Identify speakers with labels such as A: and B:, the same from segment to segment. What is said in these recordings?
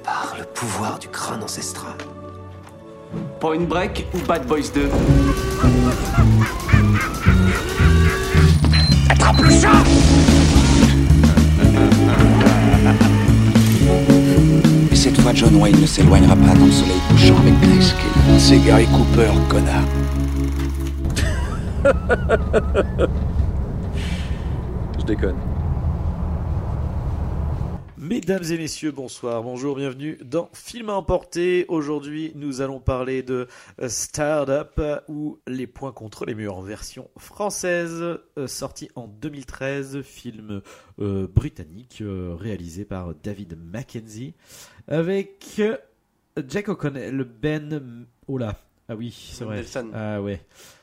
A: par le pouvoir du crâne ancestral.
B: Point Break ou Bad Boys 2?
A: Attrape le chat!
C: Et cette fois, John Wayne ne s'éloignera pas dans le soleil couchant avec Grayskull.
A: C'est Gary Cooper, connard.
D: Je déconne.
E: Mesdames et messieurs, bonsoir, bonjour, bienvenue dans Film à emporter. Aujourd'hui, nous allons parler de Start-Up ou Les Points contre les murs en version française, sorti en 2013, film britannique réalisé par David Mackenzie avec Jack O'Connell, ah oui, c'est vrai.
D: Mendelsohn.
E: Ah ouais.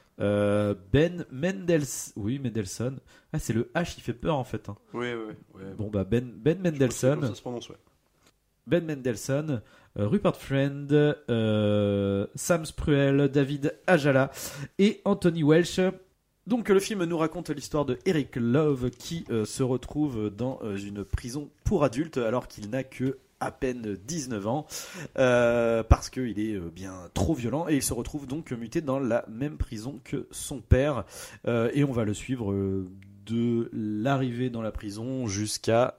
E: Mendelssohn. Ah, c'est le H qui fait peur en fait. Hein.
D: Oui.
E: Bon bah Ben Mendelssohn.
D: Ça se prononce, ouais.
E: Ben Mendelssohn, Rupert Friend, Sam Spruell, David Ajala et Anthony Welsh. Donc le film nous raconte l'histoire de Eric Love qui se retrouve dans une prison pour adultes alors qu'il n'a que à peine 19 ans parce qu'il est bien trop violent et il se retrouve donc muté dans la même prison que son père et on va le suivre de l'arrivée dans la prison jusqu'à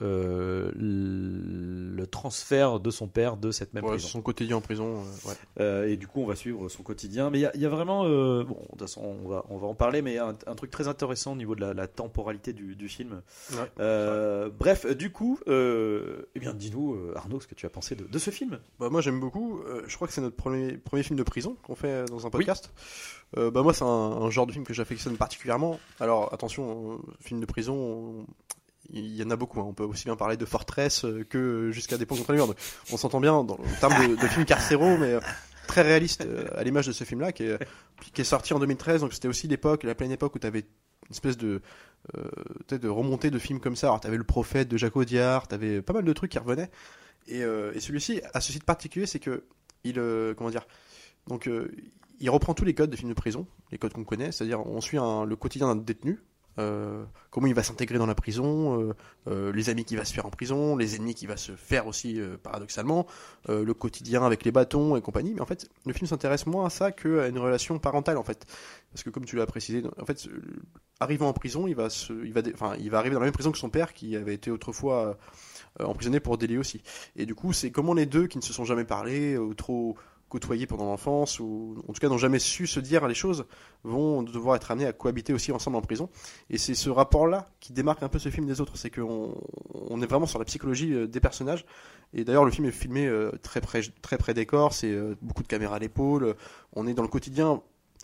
E: le transfert de son père de cette même prison.
D: Son quotidien en prison.
E: Et du coup, on va suivre son quotidien. Mais il y a vraiment, bon, de toute façon, on va en parler, mais un truc très intéressant au niveau de la temporalité du film. Ouais, bref, du coup, eh bien, dis-nous, Arnaud, ce que tu as pensé de ce film.
D: Bah, moi, j'aime beaucoup. Je crois que c'est notre premier film de prison qu'on fait dans un podcast. Oui. Moi, c'est un genre de film que j'affectionne particulièrement. Alors, attention, film de prison, il y en a beaucoup. On peut aussi bien parler de Fortress que jusqu'à Des Points contre les murs. On s'entend bien en termes de films carcéraux, mais très réaliste à l'image de ce film-là, qui est sorti en 2013. Donc c'était aussi la pleine époque où tu avais une espèce de remontée de films comme ça. Alors tu avais Le Prophète de Jacques Audiard, tu avais pas mal de trucs qui revenaient. Et celui-ci a ceci de particulier, c'est que il reprend tous les codes de films de prison, les codes qu'on connaît, c'est-à-dire on suit le quotidien d'un détenu. Comment il va s'intégrer dans la prison, les amis qu'il va se faire en prison, les ennemis qu'il va se faire aussi paradoxalement, le quotidien avec les bâtons et compagnie. Mais en fait, le film s'intéresse moins à ça qu'à une relation parentale en fait, parce que comme tu l'as précisé, en fait, arrivant en prison, il va arriver dans la même prison que son père qui avait été autrefois emprisonné pour délit aussi. Et du coup, c'est comment les deux qui ne se sont jamais parlé ou trop côtoyés pendant l'enfance ou en tout cas n'ont jamais su se dire les choses vont devoir être amenés à cohabiter aussi ensemble en prison. Et c'est ce rapport-là qui démarque un peu ce film des autres, c'est qu'on est vraiment sur la psychologie des personnages. Et d'ailleurs le film est filmé très près des corps, c'est beaucoup de caméras à l'épaule, on est dans le quotidien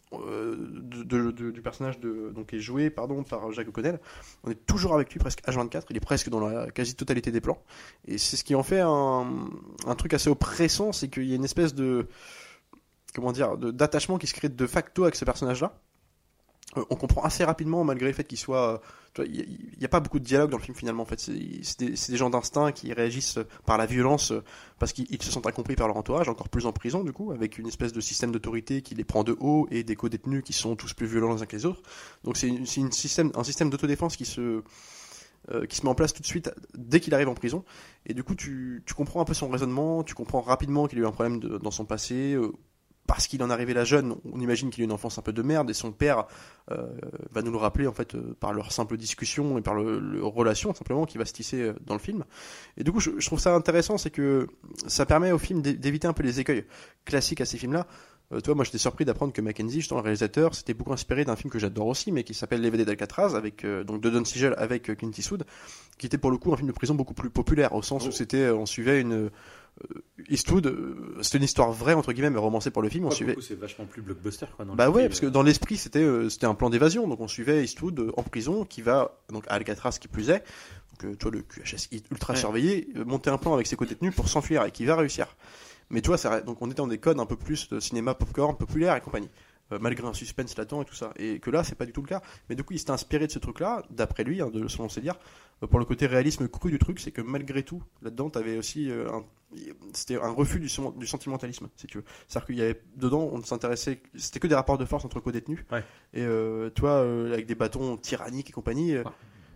D: du personnage donc qui est joué par Jack O'Connell. On est toujours avec lui presque H24, il est presque dans la quasi-totalité des plans, et c'est ce qui en fait un truc assez oppressant, c'est qu'il y a une espèce d'attachement qui se crée de facto avec ce personnage-là. On comprend assez rapidement, malgré le fait qu'il soit... Il n'y a pas beaucoup de dialogue dans le film finalement. En fait, c'est des gens d'instinct qui réagissent par la violence parce qu'ils se sentent incompris par leur entourage, encore plus en prison du coup, avec une espèce de système d'autorité qui les prend de haut et des co-détenus qui sont tous plus violents les uns que les autres. Donc c'est un système d'autodéfense qui se met en place tout de suite dès qu'il arrive en prison. Et du coup, tu comprends un peu son raisonnement, tu comprends rapidement qu'il a eu un problème dans son passé. Parce qu'il en est arrivé là jeune, on imagine qu'il a une enfance un peu de merde, et son père va nous le rappeler en fait par leur simple discussion et par leur relation simplement qui va se tisser dans le film. Et du coup, je trouve ça intéressant, c'est que ça permet au film d'éviter un peu les écueils classiques à ces films-là. Moi j'étais surpris d'apprendre que Mackenzie, justement le réalisateur, s'était beaucoup inspiré d'un film que j'adore aussi, mais qui s'appelle Les Vedettes d'Alcatraz, avec donc de Don Siegel avec Clint Eastwood, qui était pour le coup un film de prison beaucoup plus populaire, au sens où on suivait Eastwood, c'était une histoire vraie entre guillemets, mais romancée pour le film.
E: Du coup, c'est vachement plus blockbuster, quoi.
D: Parce que dans l'esprit c'était un plan d'évasion, donc on suivait Eastwood en prison qui va donc à Alcatraz qui plus est, donc le QHS ultra surveillé, monter un plan avec ses co-détenus pour s'enfuir et qui va réussir. Mais tu vois, donc on était dans des codes un peu plus de cinéma popcorn, populaire et compagnie, malgré un suspense latent et tout ça. Et que là, c'est pas du tout le cas. Mais du coup, il s'est inspiré de ce truc-là, d'après lui, selon ses dires, pour le côté réalisme cru du truc, c'est que malgré tout, là-dedans, t'avais aussi c'était un refus du sentimentalisme, si tu veux. C'est-à-dire qu'il y avait dedans, on s'intéressait, c'était que des rapports de force entre co-détenus. Ouais. Et avec des bâtons tyranniques et compagnie.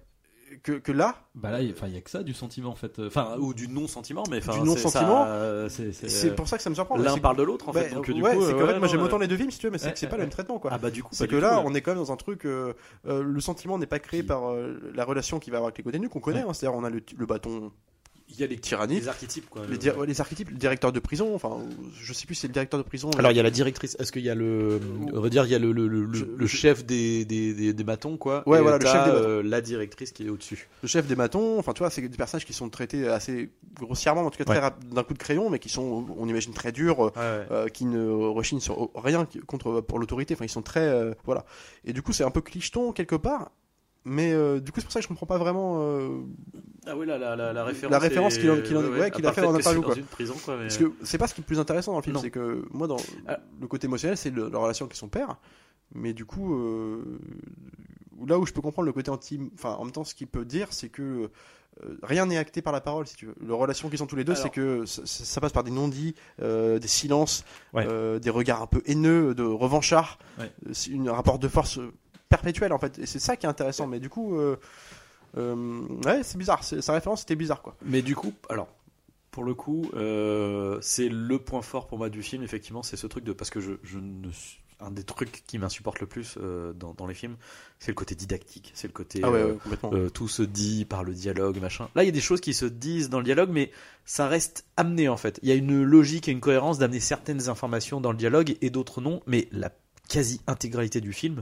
D: que là,
E: Bah là, il y a que ça, du sentiment en fait. Enfin, ou du non-sentiment, mais enfin.
D: Du non-sentiment,
E: c'est
D: pour ça que ça me surprend.
E: L'un
D: C'est-
E: parle de l'autre en fait. Donc, du
D: ouais,
E: coup,
D: c'est qu'en fait, moi
E: non,
D: j'aime autant les deux films si tu veux, mais c'est
E: ouais,
D: que c'est pas
E: ouais,
D: le même traitement quoi.
E: Ah bah du coup,
D: C'est
E: pas
D: que
E: du
D: là,
E: tout,
D: on est quand même dans un truc. Le sentiment n'est pas créé par la relation qu'il va avoir avec les Godenu qu'on connaît.
E: Ouais.
D: Hein, c'est-à-dire, on a le bâton
E: il y a les
D: tyrannique,
E: les archétypes quoi.
D: les archétypes, le directeur de prison. Enfin, je sais plus si c'est le directeur de prison.
F: Alors il y a la directrice. Est-ce qu'il y a on va dire il y a le chef des matons quoi.
D: Ouais,
F: et
D: voilà, le
F: t'as,
D: chef des matons.
F: la directrice qui est au-dessus.
D: Le chef des matons. Enfin, tu vois, c'est des personnages qui sont traités assez grossièrement, en tout cas très d'un coup de crayon, mais qui sont, on imagine, très durs, qui ne rechignent sur rien pour l'autorité. Enfin, ils sont très voilà. Et du coup, c'est un peu clicheton quelque part. Mais du coup, c'est pour ça que je comprends pas vraiment
E: Ah oui, la référence.
D: la référence qu'il a fait en interview.
E: Dans
D: Quoi.
E: une prison quoi. Mais...
D: Parce que c'est pas ce qui est le plus intéressant dans le film,
E: Non.
D: c'est que moi, dans le côté émotionnel, c'est la relation avec son père. Mais du coup, là où je peux comprendre le côté enfin, en même temps, ce qu'il peut dire, c'est que rien n'est acté par la parole, si tu veux. La relation qu'ils ont tous les deux,
E: Alors...
D: c'est que ça passe par des non-dits, des silences,
E: Ouais.
D: des regards un peu haineux, de revanchards,
E: Ouais.
D: c'est un rapport de force perpétuel en fait. Et c'est ça qui est intéressant. Mais du coup, ouais, c'est bizarre. Sa référence était bizarre quoi.
E: Mais du coup, alors, pour le coup, c'est le point fort pour moi du film, effectivement, c'est ce truc de. Parce que un des trucs qui m'insupporte le plus dans les films, c'est le côté didactique. C'est le côté.
D: Complètement.
E: Tout se dit par le dialogue, machin. Là, il y a des choses qui se disent dans le dialogue, mais ça reste amené en fait. Il y a une logique et une cohérence d'amener certaines informations dans le dialogue et d'autres non, mais la quasi-intégralité du film.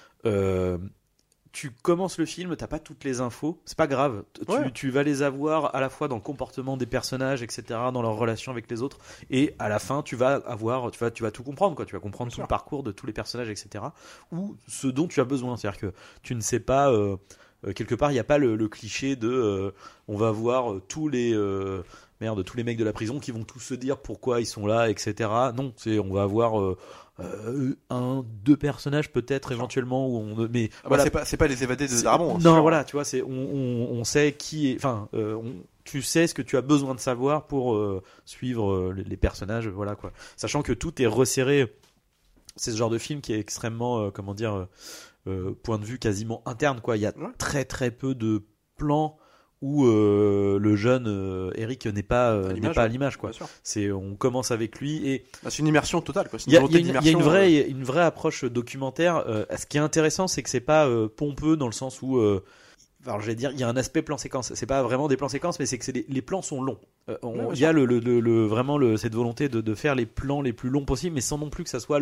E: Tu commences le film, t'as pas toutes les infos, c'est pas grave. Tu vas les avoir à la fois dans le comportement des personnages, etc., dans leur relation avec les autres, et à la fin, tu vas tout comprendre, quoi. Tu vas comprendre tout le parcours de tous les personnages, etc., ou ce dont tu as besoin. C'est-à-dire que tu ne sais pas, quelque part, il n'y a pas le cliché de, on va voir tous les mecs de la prison qui vont tous se dire pourquoi ils sont là, etc. Non, on va avoir deux personnages peut-être éventuellement où mais voilà.
D: C'est pas les évadés de Darmon.
E: Non, voilà, tu vois, on sait qui est, enfin, tu sais ce que tu as besoin de savoir pour suivre les personnages, voilà quoi. Sachant que tout est resserré. C'est ce genre de film qui est extrêmement, point de vue quasiment interne quoi. Il y a très très peu de plans où le jeune Eric n'est pas à l'image quoi. On commence avec lui et
D: c'est une immersion totale quoi.
E: Il y a une vraie approche documentaire. Ce qui est intéressant, c'est que c'est pas pompeux dans le sens où alors j'allais dire il y a un aspect plan séquence. C'est pas vraiment des plans séquences, mais c'est que les plans sont longs. Il y a vraiment cette volonté de faire les plans les plus longs possibles, mais sans non plus que ça soit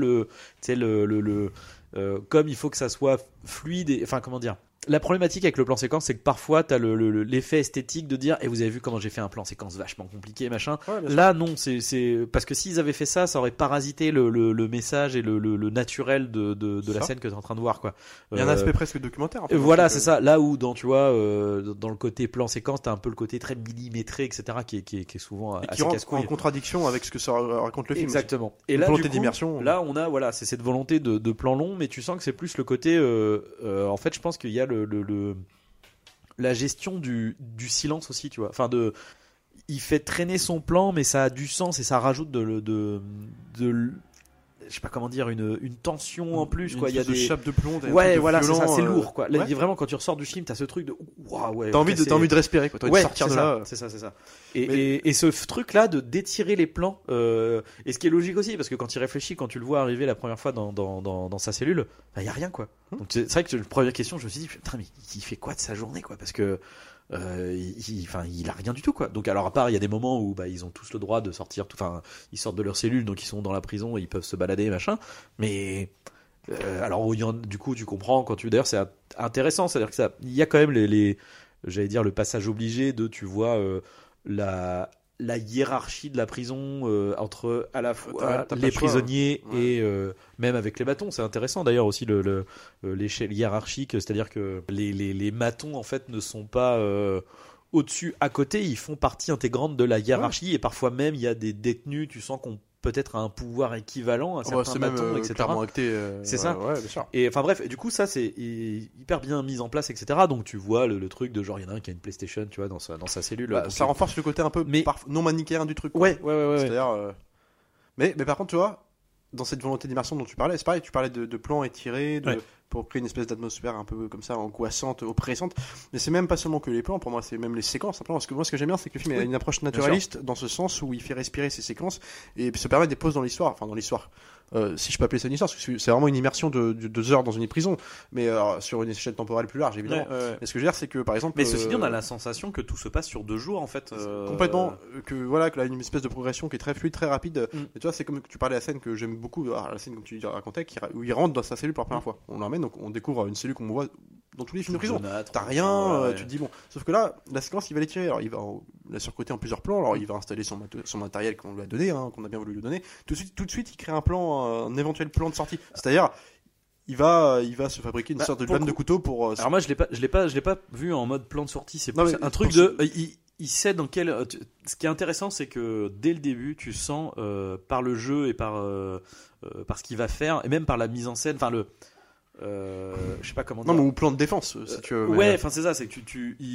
E: comme il faut que ça soit fluide. Enfin comment dire. La problématique avec le plan séquence, c'est que parfois t'as l'effet esthétique de dire, vous avez vu comment j'ai fait un plan séquence vachement compliqué, machin. Là, non, c'est parce que s'ils avaient fait ça, ça aurait parasité le message et le naturel de la scène que t'es en train de voir, quoi.
D: Il y a un aspect presque documentaire. En fait,
E: voilà, c'est ça. Là où dans le côté plan séquence, t'as un peu le côté très millimétré, etc., qui est souvent assez casse-couille.
D: En contradiction avec ce que ça raconte le film.
E: Exactement.
D: Et là, du coup,
E: là, on a c'est cette volonté de plan long, mais tu sens que c'est plus le côté. En fait, je pense qu'il y a la gestion du silence aussi, tu vois. Enfin, il fait traîner son plan, mais ça a du sens et ça rajoute je sais pas comment dire, une tension en plus, quoi. Il y a des
D: chape de plomb.
E: Voilà, c'est ça, c'est lourd, quoi. Là, vraiment, quand tu ressors du film, t'as ce truc de waouh, ouais.
D: T'as envie de respirer, quoi. T'as envie de sortir de là.
E: C'est ça. Et ce truc-là de d'étirer les plans, et ce qui est logique aussi, parce que quand il réfléchit, quand tu le vois arriver la première fois dans sa cellule, bah, y a rien, quoi. Donc c'est vrai que la première question, je me suis dit, putain, mais il fait quoi de sa journée, quoi, parce que il a rien du tout, quoi. Donc alors à part il y a des moments où ils ont tous le droit de sortir, enfin ils sortent de leur cellule, donc ils sont dans la prison et ils peuvent se balader machin, mais alors du coup tu comprends quand d'ailleurs c'est intéressant, c'est-à-dire que il y a quand même j'allais dire le passage obligé de tu vois la hiérarchie de la prison entre à la fois les prisonniers et même avec les matons. C'est intéressant d'ailleurs aussi l'échelle hiérarchique, c'est-à-dire que les matons en fait ne sont pas au-dessus, à côté, ils font partie intégrante de la hiérarchie et parfois même il y a des détenus, tu sens qu'on peut-être un pouvoir équivalent à certains matons, etc.
D: Acté,
E: c'est ça.
D: Ouais, bien sûr.
E: Et enfin bref, du coup ça c'est hyper bien mis en place, etc. Donc tu vois le truc de genre il y en a un qui a une PlayStation, tu vois, dans sa cellule.
D: Ça renforce le côté un peu non manichéen du truc.
E: Ouais.
D: C'est-à-dire, mais par contre tu vois, dans cette volonté d'immersion dont tu parlais, c'est pareil, tu parlais de plans étirés,
E: Ouais.
D: pour créer une espèce d'atmosphère un peu comme ça, angoissante, oppressante. Mais c'est même pas seulement que les plans, pour moi, c'est même les séquences. Simplement, parce que moi, ce que j'aime bien, c'est que le film a une approche naturaliste, dans ce sens où il fait respirer ses séquences et se permet des pauses dans l'histoire. Enfin, dans l'histoire. Si je peux appeler ça une histoire, parce que c'est vraiment une immersion de 2 heures dans une prison, mais sur une échelle temporelle plus large, évidemment. Mais ce que je veux dire, c'est que, par exemple.
G: Mais ceci dit, on a la sensation que tout se passe sur 2 jours, en fait.
D: Complètement, que voilà, que là, une espèce de progression qui est très fluide, très rapide. Et tu vois, c'est comme tu parlais à la scène que j'aime beaucoup, la scène comme tu racontais, où il rentre dans sa cellule pour la première fois. On l'emmène, donc on découvre une cellule qu'on voit dans tous les films de prison. T'as rien, tu te dis bon. Sauf que là, la séquence, il va l'étirer. Alors, il va la surcoter en plusieurs plans. Alors, il va installer son matériel qu'on lui a donné, qu'on a bien voulu lui donner. Tout de suite, il crée un éventuel plan de sortie. C'est-à-dire, il va se fabriquer une sorte de lame de couteau pour.
G: Alors moi, je l'ai pas vu en mode plan de sortie. C'est
D: Non,
G: plus
D: mais
G: un truc de. Il sait dans quel. Ce qui est intéressant, c'est que dès le début, tu sens par le jeu et par ce qu'il va faire, et même par la mise en scène. Enfin je sais pas comment dire.
D: Non, mais ou plan de défense, si tu veux.
G: Ouais, enfin c'est ça, c'est que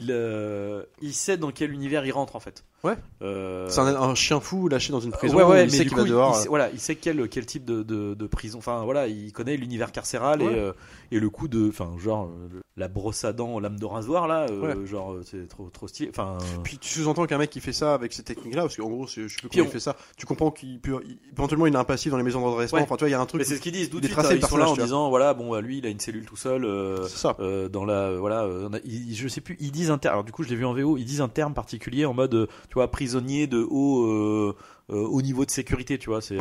G: il sait dans quel univers il rentre en fait.
D: Ouais. C'est un chien fou lâché dans une prison.
G: Ouais,
D: il sait qu'il va dehors.
G: Il sait quel type de prison. Enfin voilà, il connaît l'univers carcéral et le coup de, enfin genre la brosse à dents, lame de rasoir là, genre c'est trop stylé. Enfin.
D: Puis tu sous-entends qu'un mec qui fait ça avec ces techniques-là, parce qu'en gros, je sais plus comment il fait ça. Tu comprends éventuellement il a un passif dans les maisons de redressement. Enfin tu vois, il y a un truc.
G: Mais c'est ce qu'ils disent. D'où ils sont
D: là
G: en disant voilà bon lui il a une cellule tout seul.
D: C'est ça.
G: Dans la je sais plus. Ils disent un terme. Alors du coup je l'ai vu en VO. Ils disent un terme particulier en mode tu vois prisonnier de haut niveau de sécurité, tu vois. C'est.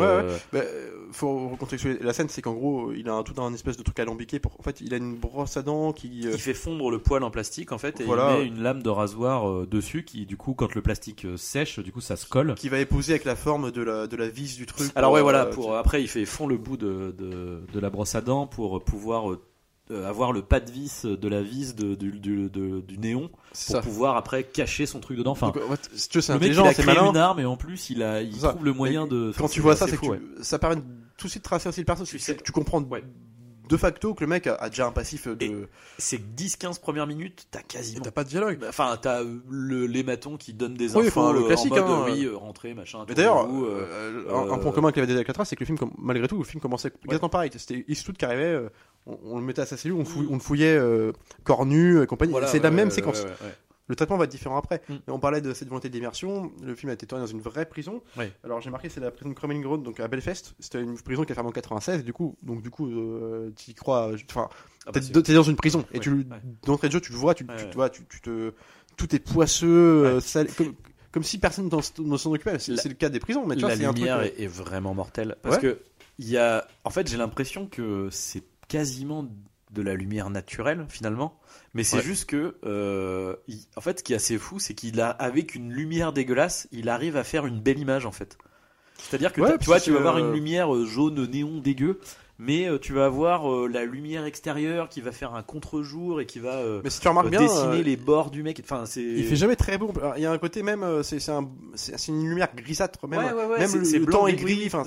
D: Faut recontextualiser la scène, c'est qu'en gros il a tout un espèce de truc alambiqué. En fait, il a une brosse à dents qui.
G: Il fait fondre le poil en plastique en fait et il met une lame de rasoir dessus qui du coup quand le plastique sèche, du coup ça se colle.
D: Qui va épouser avec la forme de la vis du truc.
G: Alors après il fait fond le bout de la brosse à dents pour pouvoir avoir le pas de vis de la vis du néon pour pouvoir après cacher son truc dedans. Enfin,
D: donc, c'est
G: le mec il a créé une arme et en plus il trouve le moyen de.
D: Quand tu vois ça, c'est que ça permet tout de suite de tracer aussi le perso. Tu comprends de facto que le mec a déjà un passif de.
G: Et c'est 10-15 premières minutes, t'as quasiment.
D: T'as pas de dialogue.
G: Enfin, t'as l'hématon qui donne des infos,
D: le classique,
G: en mode, rentrer, machin.
D: Mais d'ailleurs, un point commun qu'il avait avec la trace, c'est que le film, malgré tout, le film commençait exactement pareil. C'était Eastwood qui arrivait, on le mettait à sa cellule, on le fouillait corps nu et compagnie. C'est la même séquence. Le traitement va être différent après. Mais on parlait de cette volonté d'immersion. Le film a été tourné dans une vraie prison. Alors j'ai marqué, c'est la prison de Cromwell Road, donc à Belfast. C'était une prison qui a fermé en 96. Du coup, tu y crois. Enfin, t'es dans une prison et d'entrée de jeu, tu le vois, tout est poisseux, sale, comme si personne ne s'en occupait. C'est le cas des prisons. Mais tu vois,
G: la
D: c'est
G: lumière
D: un truc,
G: est vraiment mortelle parce que en fait, j'ai l'impression que c'est quasiment de la lumière naturelle finalement, mais c'est juste que en fait ce qui est assez fou c'est avec une lumière dégueulasse il arrive à faire une belle image en fait, c'est-à-dire que tu vas avoir une lumière jaune néon dégueu mais tu vas avoir la lumière extérieure qui va faire un contre-jour et qui va
D: mais si tu remarques bien,
G: dessiner les bords du mec. Enfin,
D: il fait jamais très beau. Il y a un côté même, c'est une lumière grisâtre même. Même le temps est gris. Enfin,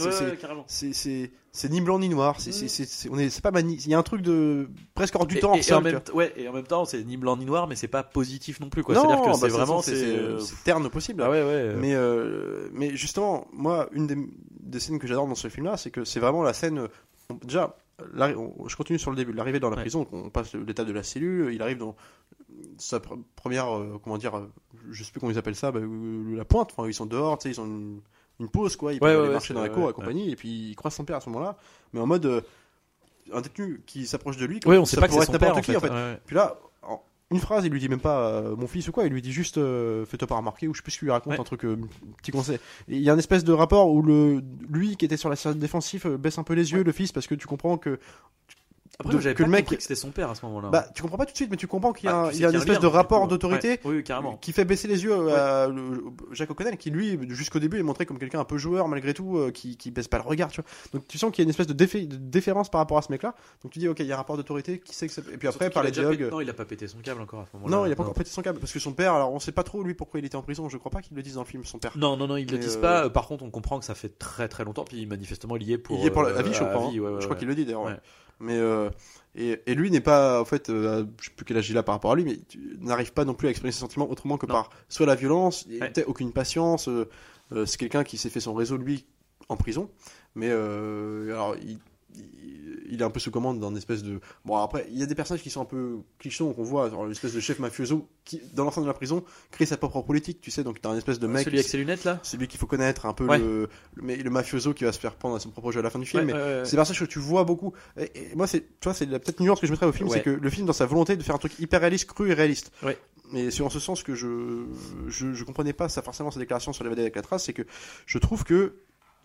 D: c'est ni blanc ni noir. C'est pas il y a un truc de presque hors du temps.
G: Et en même temps, c'est ni blanc ni noir, mais c'est pas positif non plus, quoi. C'est-à-dire que c'est vraiment c'est
D: terne au possible.
G: Ah
D: mais justement, moi, une des scènes que j'adore dans ce film-là, c'est que c'est vraiment la scène. Déjà, je continue sur le début. L'arrivée dans la prison, on passe l'étape de la cellule, il arrive dans sa première, je sais plus comment ils appellent ça, la pointe. Enfin, ils sont dehors, ils ont une pause, quoi. Ils peuvent aller marcher dans la cour et compagnie, et puis ils croisent son père à ce moment-là. Mais en mode un détenu qui s'approche de lui,
G: on sait pas que c'est
D: son
G: père
D: en fait. Puis là, une phrase, il lui dit même pas mon fils ou quoi, il lui dit juste fais-toi pas remarquer, ou je sais plus ce qu'il lui raconte, un truc, petit conseil. Et il y a un espèce de rapport où lui qui était sur la série défensive baisse un peu les yeux, le fils, parce que tu comprends que
G: après j'avais pas compris que c'était son père à ce moment-là.
D: Bah tu comprends pas tout de suite, mais tu comprends qu'il y a une espèce de rapport d'autorité qui fait baisser les yeux à Jack O'Connell, qui lui jusqu'au début est montré comme quelqu'un un peu joueur malgré tout, qui baisse pas le regard, tu vois. Donc tu sens qu'il y a une espèce de déférence par rapport à ce mec là. Donc tu dis ok, il y a un rapport d'autorité qui sait que et puis après par les dialogues.
G: Non, il a pas pété son câble encore à ce moment-là.
D: Non, il a pas encore pété son câble parce que son père, alors on sait pas trop lui pourquoi il était en prison, je crois pas qu'ils le disent dans le film, son père.
G: Non, ils le disent pas. Par contre, on comprend que ça fait très très longtemps, puis manifestement il y est pour
D: la vie, je crois. Je crois qu'il le dit d'ailleurs. Mais et lui n'est pas, en fait, je sais plus quel âge il a par rapport à lui, mais n'arrive pas non plus à exprimer ses sentiments autrement que par soit la violence, aucune patience. C'est quelqu'un qui s'est fait son réseau lui en prison, mais alors il est un peu sous commande d'un espèce de... Bon, après, il y a des personnages qui sont un peu clichons, qu'on voit, genre l'espèce de chef mafioso qui, dans l'enceinte de la prison, crée sa propre politique, tu sais, donc t'as un espèce de mec...
G: Celui avec ses lunettes, là.
D: Celui qu'il faut connaître, un peu
G: Ouais.
D: le mafioso qui va se faire prendre à son propre jeu à la fin du film, mais c'est des personnages que tu vois beaucoup. Et moi, tu vois, c'est la petite nuance que je mettrais au film,
G: Ouais.
D: c'est que le film, dans sa volonté de faire un truc hyper réaliste, cru et réaliste.
G: Ouais.
D: Mais c'est en ce sens que je comprenais pas ça forcément sa déclaration sur l'évadé avec la trace, c'est que je trouve que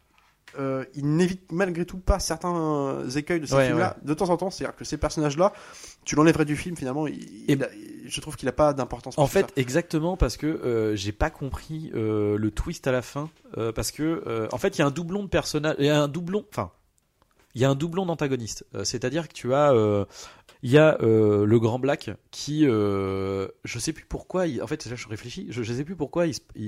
D: il n'évite malgré tout pas certains écueils de ces films-là de temps en temps. C'est-à-dire que ces personnages-là, tu l'enlèverais du film finalement. Je trouve qu'il a pas d'importance.
G: En fait, exactement, parce que j'ai pas compris le twist à la fin, parce que en fait il y a un doublon de personnage, il y a un doublon d'antagoniste. C'est-à-dire que tu as il y a le Grand Black qui je sais plus pourquoi en fait là je réfléchis, je sais plus pourquoi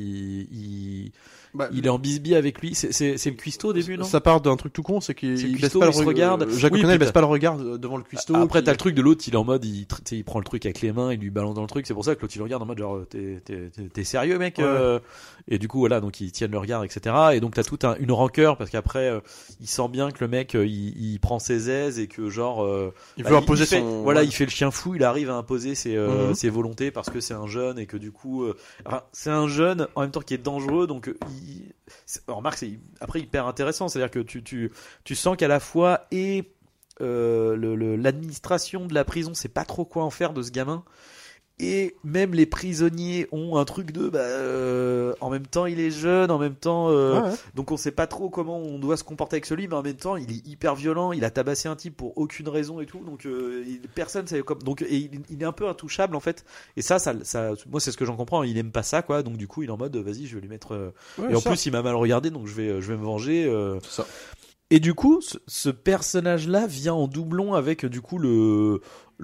G: il est en bisbille avec lui. C'est le cuistot au début, non?
D: Ça part d'un truc tout con, c'est qu'il baisse
G: cuistot,
D: pas
G: il se regarde.
D: Jacques
G: Oui,
D: O'Connell
G: puis
D: baisse pas le regard devant le cuistot.
G: Après, t'as le truc de l'autre, il est en mode, il prend le truc avec les mains, il lui balance dans le truc. C'est pour ça que l'autre, il le regarde en mode genre, t'es sérieux, mec?
D: Ouais.
G: Et du coup, voilà, donc ils tiennent le regard, etc. Et donc, t'as toute une rancœur parce qu'après, il sent bien que le mec, il prend ses aises et que genre,
D: il veut imposer
G: il fait le chien fou, il arrive à imposer ses volontés parce que c'est un jeune et que du coup, c'est un jeune en même temps qui est dangereux, donc remarque, c'est après hyper intéressant, c'est-à-dire que tu sens qu'à la fois l'administration de la prison sait pas trop quoi en faire de ce gamin, et même les prisonniers ont un truc de en même temps il est jeune, en même temps donc on sait pas trop comment on doit se comporter avec celui, mais en même temps il est hyper violent, il a tabassé un type pour aucune raison et tout, donc personne savait comme, donc et il est un peu intouchable en fait, et ça moi c'est ce que j'en comprends, il aime pas ça quoi, donc du coup il est en mode vas-y je vais lui mettre et en plus il m'a mal regardé, donc je vais me venger,
D: c'est ça.
G: Et du coup, ce personnage-là vient en doublon avec du coup le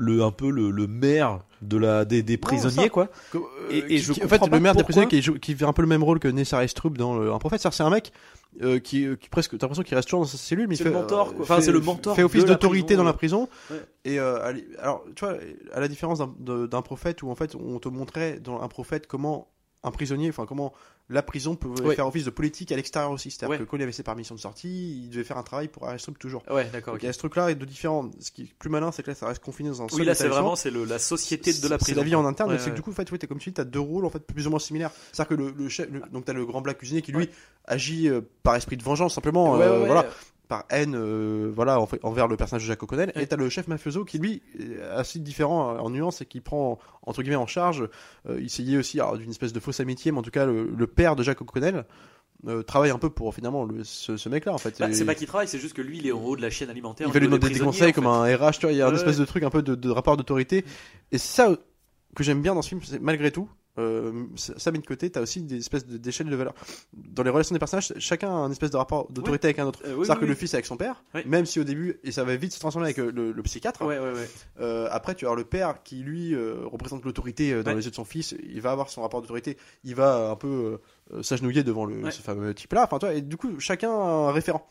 G: maire des prisonniers, quoi.
D: En fait, le maire des prisonniers qui fait un peu le même rôle que Nessar Estrup dans Un Prophète. C'est un mec qui presque, t'as l'impression qu'il reste toujours dans sa cellule, mais
G: c'est
D: il fait
G: le mentor, quoi. Enfin, c'est le mentor.
D: Fait office
G: de la
D: d'autorité
G: prison,
D: dans la prison.
G: Ouais.
D: Et alors, tu vois, à la différence d'un prophète où en fait on te montrait dans Un Prophète comment un prisonnier, enfin comment la prison pouvait faire office de politique à l'extérieur aussi. C'est-à-dire que quand il avait ses permissions de sortie, il devait faire un travail pour Aristote toujours.
G: Ouais, d'accord.
D: Il y a ce truc-là et de différent. Ce qui est plus malin, c'est que là, ça reste confiné dans un seul
G: là, c'est
D: établissement.
G: vraiment la société de la prison.
D: C'est la vie en interne.
G: Ouais,
D: Donc c'est que du coup, en fait, t'es comme tu dis, t'as deux rôles en fait plus ou moins similaires. C'est-à-dire que le chef, donc t'as le Grand Black cuisinier qui lui agit par esprit de vengeance simplement. Voilà. Par haine envers le personnage de Jacques O'Connell, et t'as le chef mafioso qui lui est assez différent en nuance et qui prend entre guillemets en charge, il s'y est aussi d'une espèce de fausse amitié, mais en tout cas le père de Jacques O'Connell travaille un peu pour finalement ce mec là en fait.
G: C'est pas qu'il travaille, c'est juste que lui il est en haut de la chaîne alimentaire,
D: il va lui demander des conseils comme un RH, tu vois, il y a un espèce de truc un peu de rapport d'autorité, et c'est ça que j'aime bien dans ce film, c'est malgré tout. Ça mis de côté, t'as aussi des espèces d'échelles de valeur dans les relations des personnages. Chacun a un espèce de rapport d'autorité avec un autre. C'est-à-dire que le fils est avec son père, même si au début, et ça va vite se transformer avec le psychiatre. Après, tu as le père qui lui représente l'autorité dans les yeux de son fils. Il va avoir son rapport d'autorité. Il va un peu s'agenouiller devant ce fameux type-là. Enfin, toi, et du coup, chacun a un référent.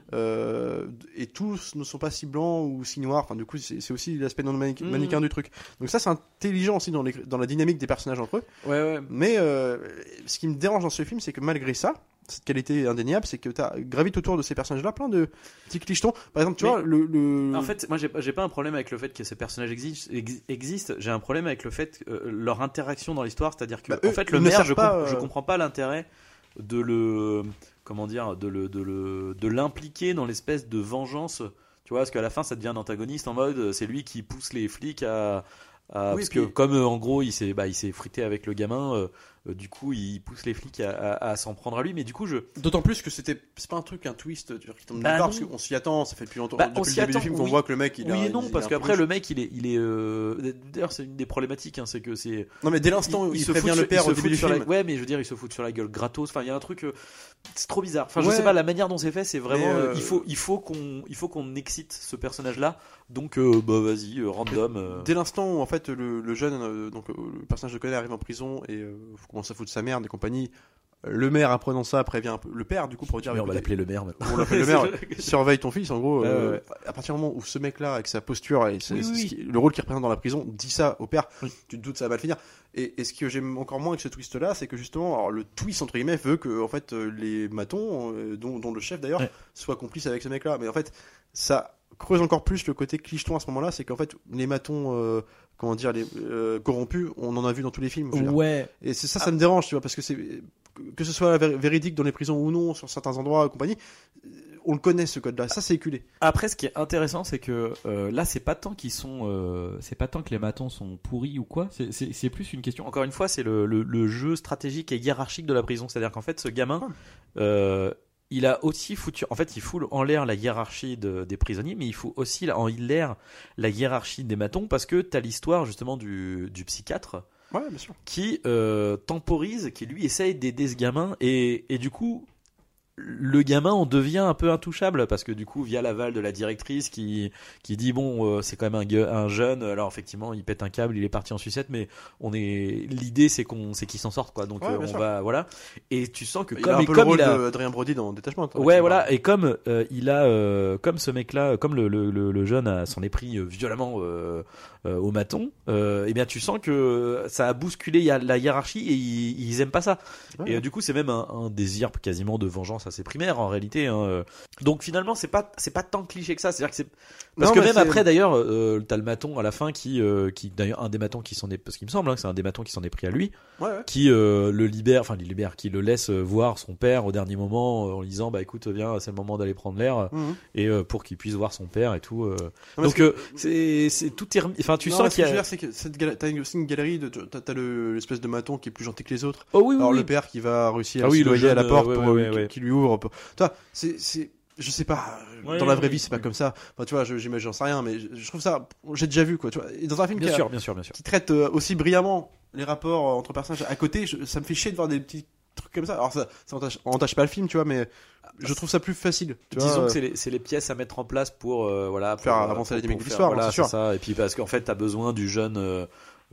D: Et tous ne sont pas si blancs ou si noirs. Enfin, du coup, c'est aussi l'aspect non manichéen du truc. Donc ça, c'est intelligent aussi dans la dynamique des personnages entre eux. Mais ce qui me dérange dans ce film, c'est que malgré ça, cette qualité indéniable, c'est que t'as gravite autour de ces personnages-là plein de petits clichetons. Par exemple, tu vois,
G: En fait, moi, j'ai pas un problème avec le fait que ces personnages existent. J'ai un problème avec le fait leur interaction dans l'histoire, c'est-à-dire que en fait, le maire, je comprends pas l'intérêt de l'impliquer dans l'espèce de vengeance. Tu vois, parce qu'à la fin, ça devient un antagoniste en mode, c'est lui qui pousse les flics parce que comme en gros il s'est frité avec le gamin, du coup il pousse les flics à s'en prendre à lui, mais du coup
D: d'autant plus que c'est pas un twist qui tombe nulle part, parce qu'on s'y attend, ça fait depuis longtemps, depuis le début du film qu'on voit que le mec
G: parce qu'après le mec il est d'ailleurs c'est une des problématiques, c'est que c'est
D: non mais dès l'instant où il prévient le père au début du film,
G: mais je veux dire il se fout sur la gueule gratos, enfin il y a un truc, c'est trop bizarre, enfin je sais pas, la manière dont c'est fait, c'est vraiment il faut qu'on excite ce personnage là, donc vas-y random.
D: Dès l'instant où en fait le jeune, donc le personnage de Connell arrive en prison et commence à foutre sa merde et compagnie, Le maire, apprenant ça, prévient un peu le père, du coup, pour dire.
G: Mais on va l'appeler le maire maintenant.
D: On l'appelle le maire. Surveille ton fils, en gros.
G: Ouais.
D: À partir du moment où ce mec-là, avec sa posture et
G: Oui.
D: le rôle qu'il représente dans la prison, dit ça au père, tu te doutes que ça va mal finir. Et ce que j'aime encore moins avec ce twist-là, c'est que justement, alors, le twist entre guillemets veut que en fait les matons, dont le chef d'ailleurs, soient complices avec ce mec-là. Mais en fait, ça creuse encore plus le côté clicheton à ce moment-là, c'est qu'en fait les matons, corrompus, on en a vu dans tous les films. Je veux dire.
E: Ouais.
D: Et c'est ça me dérange, tu vois, parce que que ce soit véridique dans les prisons ou non, sur certains endroits et compagnie, on le connaît ce code-là. Ça, c'est éculé.
E: Après, ce qui est intéressant, c'est que là, c'est pas tant c'est pas tant que les matons sont pourris ou quoi. C'est plus une question.
G: Encore une fois, c'est le jeu stratégique et hiérarchique de la prison. C'est-à-dire qu'en fait, ce gamin, il a aussi foutu. En fait, il fout en l'air la hiérarchie des prisonniers, mais il fout aussi en l'air la hiérarchie des matons, parce que t'as l'histoire justement du psychiatre.
D: Ouais, bien sûr.
G: Qui temporise, qui lui essaye d'aider ce gamin, et du coup le gamin on devient un peu intouchable, parce que du coup via l'aval de la directrice qui dit bon c'est quand même un jeune, alors effectivement il pète un câble, il est parti en sucette, mais l'idée c'est qu'il s'en sorte quoi, donc on va voilà, et tu sens que
D: il a un peu le rôle d'Adrien Brody dans Détachement.
G: Ouais voilà, et comme il a comme ce mec là, comme le jeune s'en est pris violemment au maton, et bien tu sens que ça a bousculé la hiérarchie, et ils aiment pas ça, et du coup c'est même un désir quasiment de vengeance assez primaire en réalité, hein. Donc finalement c'est pas tant cliché que ça, c'est-à-dire que c'est parce que même après d'ailleurs t'as le maton à la fin qui d'ailleurs un des matons qui s'en est, parce qu'il me semble que c'est un des matons qui s'en est pris à lui, qui le libère, qui le laisse voir son père au dernier moment, en lui disant bah écoute viens, c'est le moment d'aller prendre l'air, et pour qu'il puisse voir son père et tout, donc c'est tout enfin tu sens qu'il y a,
D: c'est que t'as aussi une galerie de t'as l'espèce de maton qui est plus gentil que les autres.
G: Alors
D: le père qui va réussir à se noyer à la porte qui lui ouvre. Toi, c'est je sais pas, dans la vraie vie c'est pas comme ça. Enfin, tu vois, j'imagine, j'en sais rien, mais je trouve ça, j'ai déjà vu quoi. Tu vois, et dans un film
G: bien sûr,
D: qui traite aussi brillamment les rapports entre personnages à côté, ça me fait chier de voir des petits trucs comme ça. Alors ça entache pas le film, tu vois, mais je trouve ça plus facile.
G: Disons que c'est les pièces à mettre en place pour
D: faire avancer la dynamique de l'histoire,
G: voilà,
D: c'est sûr.
G: Ça. Et puis parce qu'en fait t'as besoin du jeune.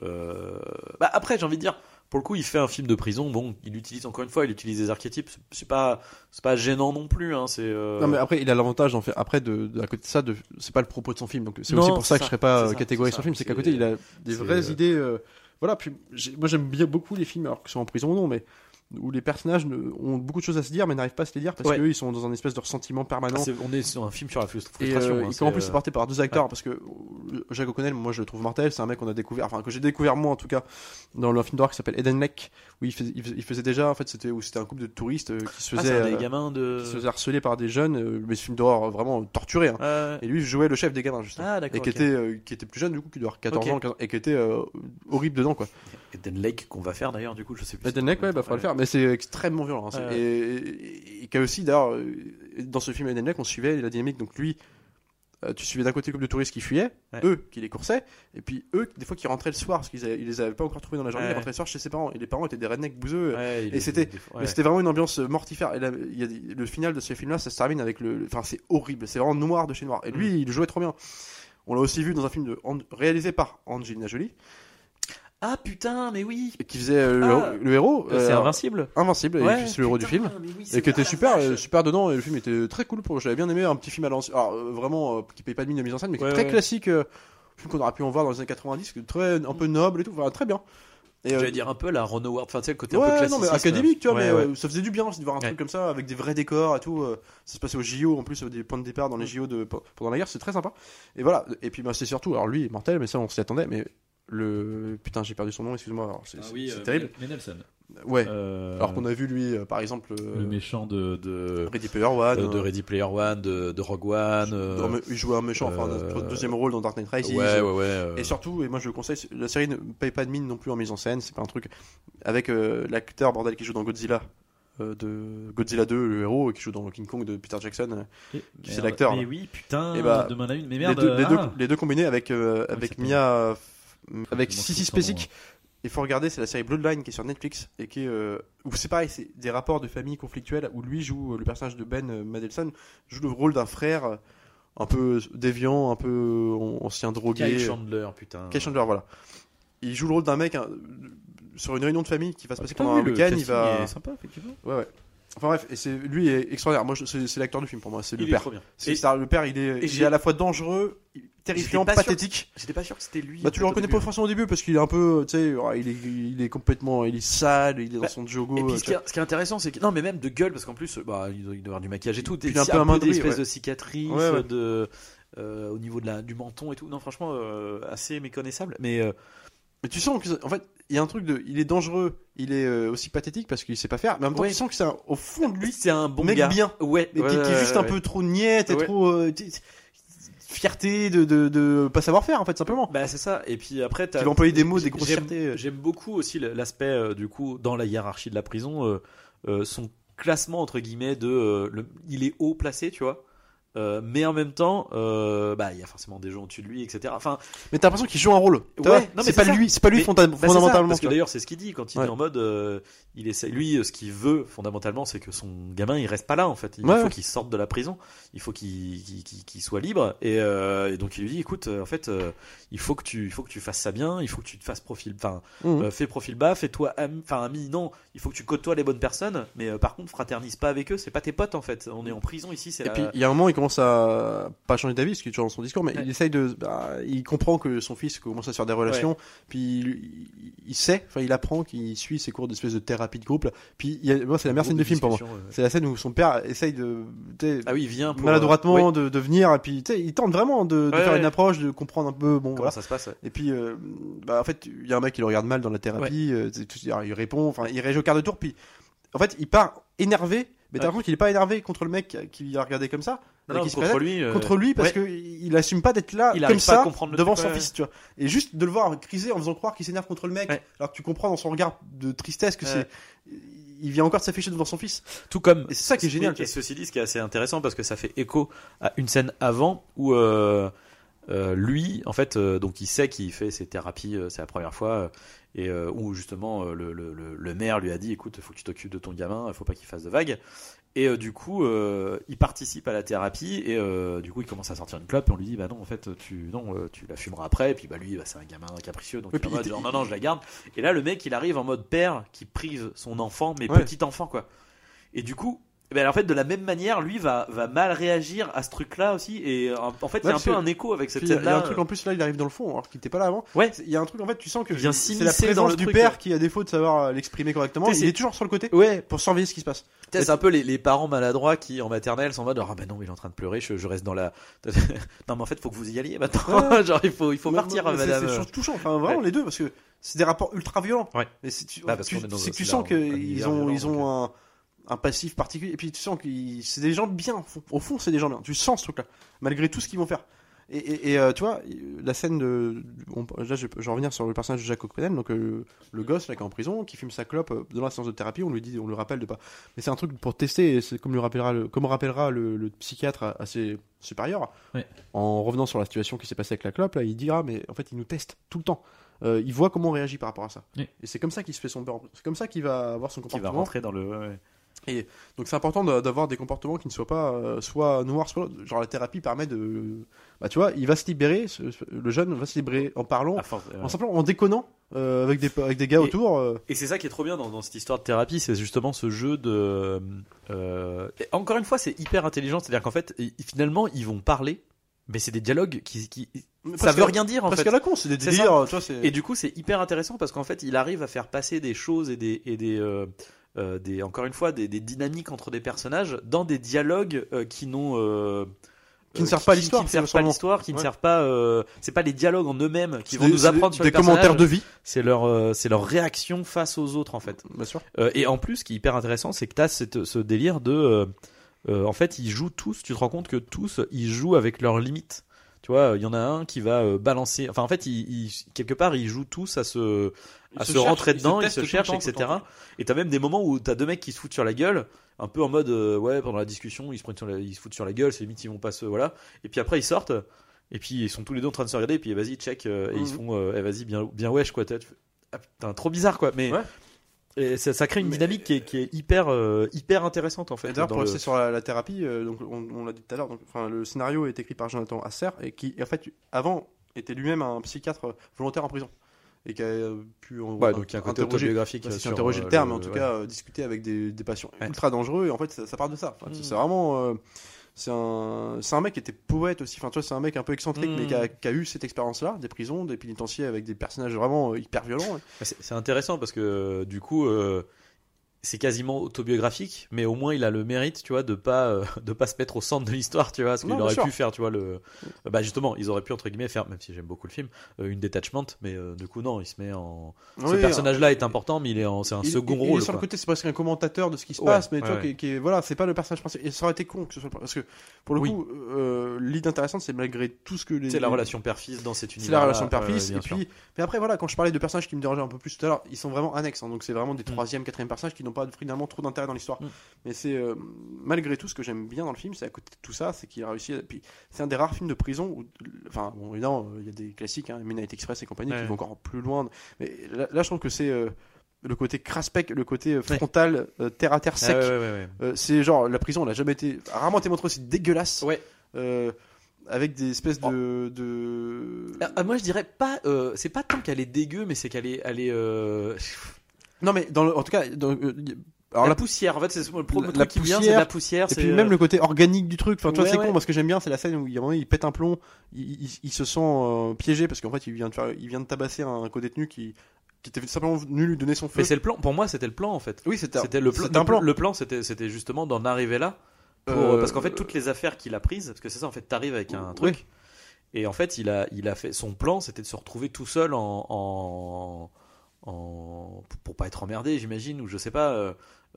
G: Après j'ai envie de dire, pour le coup il fait un film de prison, bon il utilise encore une fois, il utilise des archétypes, c'est pas gênant non plus, hein, c'est
D: non mais après il a l'avantage d'en faire, après à côté de ça, c'est pas le propos de son film, donc c'est aussi pour ça que je serais pas catégorique son film, c'est qu'à côté il a des vraies idées, voilà. Puis moi j'aime bien beaucoup les films, alors qu'ils sont en prison ou non, mais où les personnages ont beaucoup de choses à se dire mais n'arrivent pas à se les dire parce qu'eux ils sont dans un espèce de ressentiment permanent.
G: On est sur un film sur la frustration,
D: et en plus c'est porté par deux acteurs, parce que Jacques O'Connell, moi je le trouve mortel, c'est un mec qu'on a découvert, enfin que j'ai découvert moi en tout cas dans le film d'horreur qui s'appelle Eden Lake, où il faisait déjà, en fait c'était un couple de touristes qui se faisaient
G: des gamins
D: qui se faisaient harceler par des jeunes, mais ce film d'horreur vraiment torturé, hein. Et lui jouait le chef des gamins justement, et qui était plus jeune du coup, qui doit avoir 14 ans 15, et qui était horrible dedans quoi.
G: Eden Lake qu'on va faire d'ailleurs, du coup je sais plus.
D: Eden Lake, faudra le faire, mais c'est extrêmement violent, hein. Et qui a aussi d'ailleurs dans ce film Eden Lake on suivait la dynamique, donc lui tu suivais d'un côté le couple de touristes qui fuyaient, eux qui les coursaient, et puis eux des fois qui rentraient le soir parce qu'ils les avaient pas encore trouvés dans la journée, ils rentraient le soir chez ses parents, et les parents étaient des rednecks bouseux, et c'était vraiment une ambiance mortifère. Et là, le final de ce film là ça se termine avec c'est horrible, c'est vraiment noir de chez noir, et lui il jouait trop bien. On l'a aussi vu dans un film réalisé par Angelina Jolie.
G: Ah putain, mais oui,
D: qui faisait le héros.
G: C'est Invincible,
D: et puis c'est le héros du film, et qui était super dedans, et le film était très cool. J'avais bien aimé, un petit film à l'ancienne, vraiment qui paye pas de mine de mise en scène, mais qui est très classique, film qu'on aurait pu en voir dans les années 90, un peu noble et tout, très bien. Et
G: j'allais dire un peu la Ron Howard, enfin tu sais le côté un peu classique,
D: non mais académique, tu vois, mais ça faisait du bien aussi de voir un truc comme ça avec des vrais décors et tout. Ça se passait au JO en plus, des points de départ dans les JO pendant la guerre, c'est très sympa. Et voilà, et puis c'est surtout, alors lui il est mortel, mais ça on s'y attendait, mais putain j'ai perdu son nom, excuse-moi, c'est terrible.
E: Mais Nelson.
D: Ouais. Alors qu'on a vu lui par exemple
E: le méchant de
D: Ready Player One,
G: de Ready Player One, de Rogue One,
D: il jouait un méchant, deuxième rôle dans Dark Knight Rises. Et surtout, et moi je le conseille, la série ne paye pas de mine non plus en mise en scène, c'est pas un truc avec l'acteur bordel qui joue dans Godzilla, de Godzilla 2, le héros qui joue dans King Kong de Peter Jackson, qui c'est l'acteur.
E: Mais oui, putain, de main à une, mais
D: merde. Les deux combinés avec Mia, avec Sissy Spacek. Il faut regarder, c'est la série Bloodline qui est sur Netflix, et qui où c'est pareil, c'est des rapports de famille conflictuels, où lui joue, le personnage de Ben Mendelsohn joue le rôle d'un frère un peu déviant, un peu ancien drogué.
G: Kyle Chandler, putain.
D: Kyle Chandler, voilà. il joue le rôle d'un mec sur une réunion de famille qui va se passer pendant un
G: le
D: week-end. Il
G: casting
D: va.
G: est sympa, effectivement.
D: Ouais. Enfin bref, et lui est extraordinaire. Moi, c'est l'acteur du film pour moi. C'est le
G: Il est
D: père.
G: trop bien.
D: Le père, il est à la fois dangereux, terrifiant,
G: J'étais pas sûr
D: pathétique.
G: J'étais pas sûr que c'était lui.
D: Bah tu le reconnais pas forcément au début parce qu'il est un peu, tu sais, il est complètement, il est sale, il est dans son jogo.
G: Et puis ce qui est intéressant, c'est que non, mais même de gueule, parce qu'en plus, il doit y avoir du maquillage et tout.
D: Puis
G: Il y a un peu des espèces de cicatrices, au niveau du menton et tout. Non, franchement, assez méconnaissable. Mais
D: tu sens que, en fait, il y a un truc il est dangereux, il est aussi pathétique parce qu'il sait pas faire. Mais en même temps, tu sens que au fond de lui,
G: c'est un bon
D: mec
G: gars.
D: bien.
G: Ouais.
D: Mais qui est juste un peu trop niette et trop fierté de pas savoir faire en fait simplement.
G: Bah c'est ça. Et puis après
D: tu vas employer des mots, des grossièretés.
G: J'aime beaucoup aussi l'aspect du coup dans la hiérarchie de la prison, son classement entre guillemets il est haut placé, tu vois. Mais en même temps, il y a forcément des gens au-dessus de lui, etc. Enfin,
D: mais t'as l'impression qu'il joue un rôle.
G: Ouais, non,
D: c'est pas lui fondamentalement.
G: Ça, parce que d'ailleurs, c'est ce qu'il dit quand il est en mode, il essaie. Lui, ce qu'il veut fondamentalement, c'est que son gamin, il reste pas là en fait. Il faut qu'il sorte de la prison. Il faut qu'il soit libre. Et donc il lui dit, écoute, en fait, il faut que tu fasses ça bien. Il faut que tu te fasses profil. Enfin, fais profil bas. Fais-toi ami. Non, il faut que tu côtoies les bonnes personnes. Mais par contre, fraternise pas avec eux. C'est pas tes potes en fait. On est en prison ici.
D: Et puis il y a un moment, il commence à pas changer d'avis, ce qui est toujours dans son discours, mais il essaye il comprend que son fils commence à se faire des relations, puis il apprend qu'il suit ses cours d'espèce de thérapie de couple, puis moi c'est la meilleure scène du film pour moi. C'est la scène où son père essaye
G: il vient
D: maladroitement de venir, et puis il tente vraiment de faire une approche, de comprendre un peu comment
G: ça se passe.
D: Et puis en fait il y a un mec qui le regarde mal dans la thérapie, il répond, enfin il réagit au quart de tour, puis en fait il part énervé. Mais t'as l'impression qu'il est pas énervé contre le mec qui l'a regardé comme ça. Contre lui parce que il assume pas d'être là comme ça devant son fils, tu vois. Et juste de le voir criser en faisant croire qu'il s'énerve contre le mec, alors que tu comprends dans son regard de tristesse que il vient encore de s'afficher devant son fils.
G: Tout comme.
D: Et c'est ça qui est génial.
G: Et ceci dit, ce qui est assez intéressant parce que ça fait écho à une scène avant où lui, en fait, donc il sait qu'il fait ses thérapies, c'est la première fois. Et où justement le maire lui a dit écoute, il faut que tu t'occupes de ton gamin, il faut pas qu'il fasse de vagues. Et du coup il participe à la thérapie et du coup il commence à sortir une clope et on lui dit bah non en fait tu la fumeras après. Et puis bah lui c'est un gamin capricieux donc il est en mode genre non je la garde. Et là le mec il arrive en mode père qui prive son enfant mais petit enfant quoi. Et du coup en fait de la même manière lui va mal réagir à ce truc là aussi et en fait il y a un peu un écho avec cette scène là.
D: Il y a un truc en plus là il arrive dans le fond alors qu'il était pas là avant. Il y a un truc en fait tu sens que c'est la présence du père qui a défaut de savoir l'exprimer correctement. Il est toujours sur le côté pour surveiller ce qui se passe.
G: C'est un peu les parents maladroits qui en maternelle sont en mode ah ben non il est en train de pleurer je reste dans la non mais en fait faut que vous y alliez maintenant. Genre il faut partir madame.
D: C'est touchant enfin vraiment les deux parce que c'est des rapports ultra violents. Mais c'est que tu sens qu'ils ont un passif particulier et puis tu sens que c'est des gens bien au fond c'est des gens bien, tu sens ce truc là malgré tout ce qu'ils vont faire et tu vois la scène là je vais revenir sur le personnage de Jack O'Connell donc le gosse là qui est en prison qui fume sa clope dans la séance de thérapie on lui rappelle de pas mais c'est un truc pour tester et c'est comme rappellera le psychiatre à ses supérieurs en revenant sur la situation qui s'est passée avec la clope là il dira mais en fait il nous teste tout le temps. Il voit comment on réagit par rapport à ça et c'est comme ça qu'il se fait son beurre, c'est comme ça qu'il va avoir son comportement,
G: qu'il va rentrer dans le
D: Et donc c'est important d'avoir des comportements qui ne soient pas soit noirs soit genre la thérapie permet de tu vois il va se libérer le jeune va se libérer en parlant en simplement en déconnant avec des gars autour
G: et c'est ça qui est trop bien dans cette histoire de thérapie c'est justement ce jeu de et encore une fois c'est hyper intelligent c'est à dire qu'en fait finalement ils vont parler mais c'est des dialogues qui ça veut rien dire en fait
D: parce qu'à la con c'est des délires tu vois,
G: et du coup c'est hyper intéressant parce qu'en fait il arrive à faire passer des choses et des encore une fois des dynamiques entre des personnages dans des dialogues qui n'ont
D: qui ne servent pas à l'histoire,
G: qui ne servent pas. C'est pas les dialogues en eux-mêmes qui vont nous apprendre sur les
D: personnages. Des commentaires de vie.
G: C'est leur réaction face aux autres en fait.
D: Bien sûr.
G: Et en plus, ce qui est hyper intéressant, c'est que t'as ce délire de, en fait, ils jouent tous. Tu te rends compte que tous, ils jouent avec leurs limites. Tu vois, il y en a un qui va balancer. Enfin, en fait, quelque part, ils jouent tous à se rentrer dedans, ils se cherchent, etc. Et t'as même des moments où t'as deux mecs qui se foutent sur la gueule, un peu en mode, pendant la discussion, ils se foutent sur la gueule, c'est limite, ils vont pas se, voilà. Et puis après, ils sortent, et puis ils sont tous les deux en train de se regarder, et puis vas-y, check, et ils se font, vas-y, bien wesh, quoi. Putain, trop bizarre, quoi. Mais, et ça crée une dynamique qui est hyper intéressante en fait.
D: Et d'ailleurs, pour rester sur la thérapie, donc on l'a dit tout à l'heure, le scénario est écrit par Jonathan Asser et qui en fait avant était lui-même un psychiatre volontaire en prison. et qui a pu
F: donc il y a un côté
D: interroger,
F: autobiographique.
D: c'est
F: sur,
D: interroger le terme, mais en tout
F: ouais.
D: cas discuter avec des patients
G: Ouais.
D: ultra dangereux, et en fait ça part de ça. Enfin, c'est vraiment c'est un mec qui était poète aussi, enfin tu vois, c'est un mec un peu excentrique mais qui a eu cette expérience là, des prisons, des pénitenciers avec des personnages vraiment hyper violents.
F: C'est intéressant parce que du coup c'est quasiment autobiographique, mais au moins il a le mérite, tu vois, de pas se mettre au centre de l'histoire, tu vois, parce qu'il
D: Non,
F: aurait
D: bien
F: pu
D: sûr.
F: faire, tu vois, justement, ils auraient pu entre guillemets faire, même si j'aime beaucoup le film, une détachement, mais du coup non, il se met en. Ce
D: Oui,
F: personnage-là est important, mais c'est un second
D: il
F: rôle.
D: est sur le
F: quoi.
D: côté, c'est presque un commentateur de ce qui se
F: Ouais,
D: passe, mais tu vois,
F: ouais.
D: qui est voilà, c'est pas le personnage principal. Et ça aurait été con que ce soit parce que pour le
F: Oui.
D: coup, l'idée intéressante, c'est malgré tout ce que
F: C'est la relation père-fils dans cet univers.
D: c'est la relation de père-fils.
F: bien
D: Et
F: sûr.
D: puis, mais après, voilà, quand je parlais de personnages qui me dérangeaient un peu plus tout à l'heure, ils sont vraiment annexes. Hein, donc, c'est vraiment des troisième, quatrième personnages qui n'ont pas finalement trop d'intérêt dans l'histoire. Mais c'est malgré tout ce que j'aime bien dans le film, c'est à côté de tout ça, c'est qu'il a réussi. Puis, c'est un des rares films de prison où, enfin, bon, évidemment, il y a des classiques, hein, Midnight Express et compagnie, qui vont encore plus loin. Mais là, je trouve que c'est le côté craspec, le côté frontal, terre à terre sec. C'est genre la prison, elle a jamais été, a rarement été montrée aussi dégueulasse.
F: Ouais.
D: Avec des espèces de
F: Moi je dirais pas, c'est pas tant qu'elle est dégueu, mais c'est qu'elle est,
D: Non mais en tout cas
F: alors la poussière, en fait, c'est le premier
D: la
F: truc qui me vient, c'est de la poussière.
D: et puis même le côté organique du truc. Enfin, tu vois, c'est
F: Ouais.
D: con. Moi, ce que j'aime bien, c'est la scène où il y a un moment, il pète un plomb, il se sent piégé parce qu'en fait, il vient de tabasser un co-détenu qui était simplement venu lui donner son feu.
F: Mais c'est le plan. Pour moi, c'était le plan en fait.
D: Oui, c'était
F: C'était le plan.
D: c'était un plan.
F: Le plan, c'était justement d'en arriver là. Parce qu'en fait, toutes les affaires qu'il a prises, parce que c'est ça, en fait, t'arrives avec un truc.
D: Oui.
F: Et en fait, il a fait son plan, c'était de se retrouver tout seul pour pas être emmerdé, j'imagine, ou je sais pas.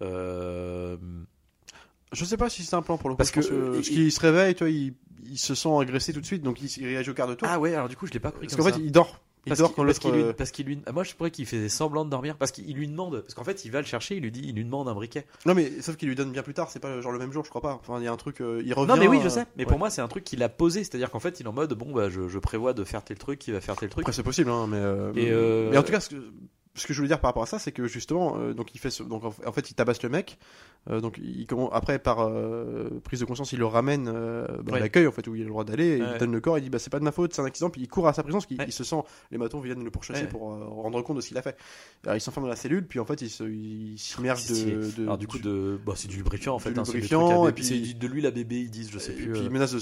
D: Je sais pas si c'est un plan pour le coup.
F: Parce que,
D: parce qu'il se réveille, tu vois, il se sent agressé tout de suite, donc il réagit au quart de tour.
F: Ah ouais, alors du coup, je l'ai pas compris.
D: Parce
F: comme
D: qu'en
F: ça.
D: fait, il dort. Il
F: Parce
D: dort
F: qu'il-
D: quand
F: parce
D: l'autre.
F: qu'il lui, moi je pourrais qu'il faisait semblant de dormir parce qu'il lui demande, parce qu'en fait il va le chercher, il lui demande un briquet.
D: Non mais sauf qu'il lui donne bien plus tard. C'est pas genre le même jour, je crois pas. Enfin, il y a un truc. Il revient.
F: Non mais oui je sais, mais
D: ouais.
F: pour moi c'est un truc qu'il a posé, c'est-à-dire qu'en fait il est en mode bon bah je prévois de faire tel truc, il va faire tel truc.
D: Après c'est possible, hein, mais. Mais en tout cas, ce que je voulais dire par rapport à ça, c'est que justement, donc il fait, donc en fait, il tabasse le mec. Donc après par prise de conscience, il le ramène à l'accueil en fait où il a le droit d'aller. Et il donne le corps. Il dit bah c'est pas de ma faute, c'est un accident. Puis il court à sa prison parce qu'il il se sent les matons viennent le pourchasser pour rendre compte de ce qu'il a fait. Alors, il s'enferme dans la cellule. Puis en fait, il s'immerge
F: Alors du coup c'est du lubrifiant en fait.
D: du
F: Hein, c'est des
D: lubrifiant,
F: trucs à
D: et
F: bébé,
D: puis-
F: c'est de l'huile à bébé ils disent, je sais
D: et
F: plus.
D: puis il menace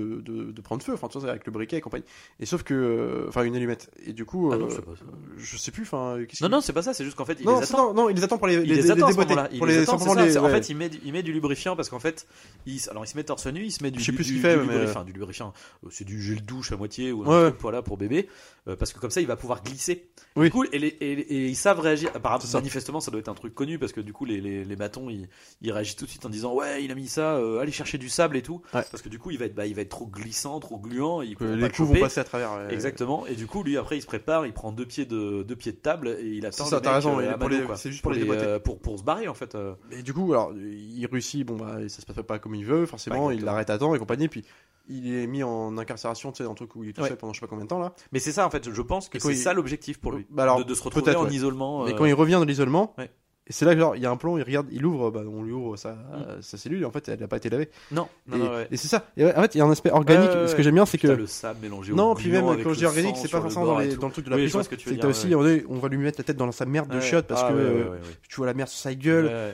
D: de prendre feu. Enfin, tu vois, avec le briquet et compagnie. Et sauf que, enfin, une allumette. Et du coup,
F: Ah non, je sais pas ça.
D: je sais plus. Enfin, qu'est-ce
F: Non
D: qu'il-
F: c'est pas ça, c'est juste qu'en fait il
D: non,
F: les
D: c'est-
F: attend.
D: non, il les attend pour les
F: Il les attend à ce
D: déboîter.
F: moment-là.
D: Pour
F: Il les
D: les
F: attend,
D: simplement
F: c'est ça,
D: les.
F: c'est- en
D: ouais.
F: fait, il met du lubrifiant parce qu'en fait, il se met torse nu, il se met du
D: Je sais plus ce
F: du-
D: qu'il fait,
F: du
D: mais-
F: lubrifiant, du lubrifiant. C'est du gel douche à moitié ou
D: Ouais.
F: un truc voilà, pour bébé, parce que comme ça, il va pouvoir glisser.
D: Oui.
F: Du coup, et ils savent réagir. Apparemment,
D: C'est ça.
F: manifestement, ça doit être un truc connu parce que du coup, les matons, ils réagissent tout de suite en disant ouais, il a mis ça, allez chercher du sable et tout,
D: Ouais.
F: parce que du coup, il va être trop glissant, trop gluant, ils pourront pas
D: Les
F: le
D: coups vont
F: choper.
D: passer à travers.
F: Exactement. Et du coup, lui après, il se prépare, il prend deux pieds de table et il attend.
D: C'est ça,
F: le
D: t'as
F: mec,
D: raison,
F: à
D: il est pour
F: mano,
D: les-
F: quoi.
D: c'est juste pour les déboîter.
F: pour se barrer en fait.
D: Et du coup, alors, il réussit, bon, bah, ça se passe pas comme il veut, forcément,
F: Bah,
D: il l'arrête à temps et compagnie, puis il est mis en incarcération, tu sais, dans un truc où il est tout
F: Ouais.
D: seul pendant je sais pas combien de temps, là.
F: Mais c'est ça en fait, je pense que
D: Et quand
F: c'est
D: il-
F: ça l'objectif pour lui.
D: Bah alors,
F: de se retrouver
D: peut-être,
F: en
D: ouais.
F: isolement.
D: Et quand il revient de l'isolement,
F: Ouais.
D: et c'est là que, genre, il y a un plan, il regarde, il ouvre, bah, on lui ouvre sa cellule, et en fait, elle a pas été lavée.
F: Non,
D: et,
F: ouais.
D: et c'est ça. Et ouais, en fait, il y a un aspect organique,
F: Ouais,
D: ce que j'aime bien, c'est
F: T'as
D: que.
F: le sable mélangé au
D: Non, puis même
F: bouillon avec
D: quand je dis
F: le
D: organique,
F: sang
D: c'est
F: sur
D: pas
F: le
D: forcément
F: bord et
D: dans
F: tout.
D: le truc de la
F: Oui, je
D: prison.
F: vois ce que tu veux
D: C'est que
F: dire,
D: t'as aussi, on va lui mettre la tête dans sa merde de
F: Ouais.
D: chiottes parce
F: Ah,
D: que
F: ouais.
D: tu vois la merde sur sa gueule.
F: Ouais.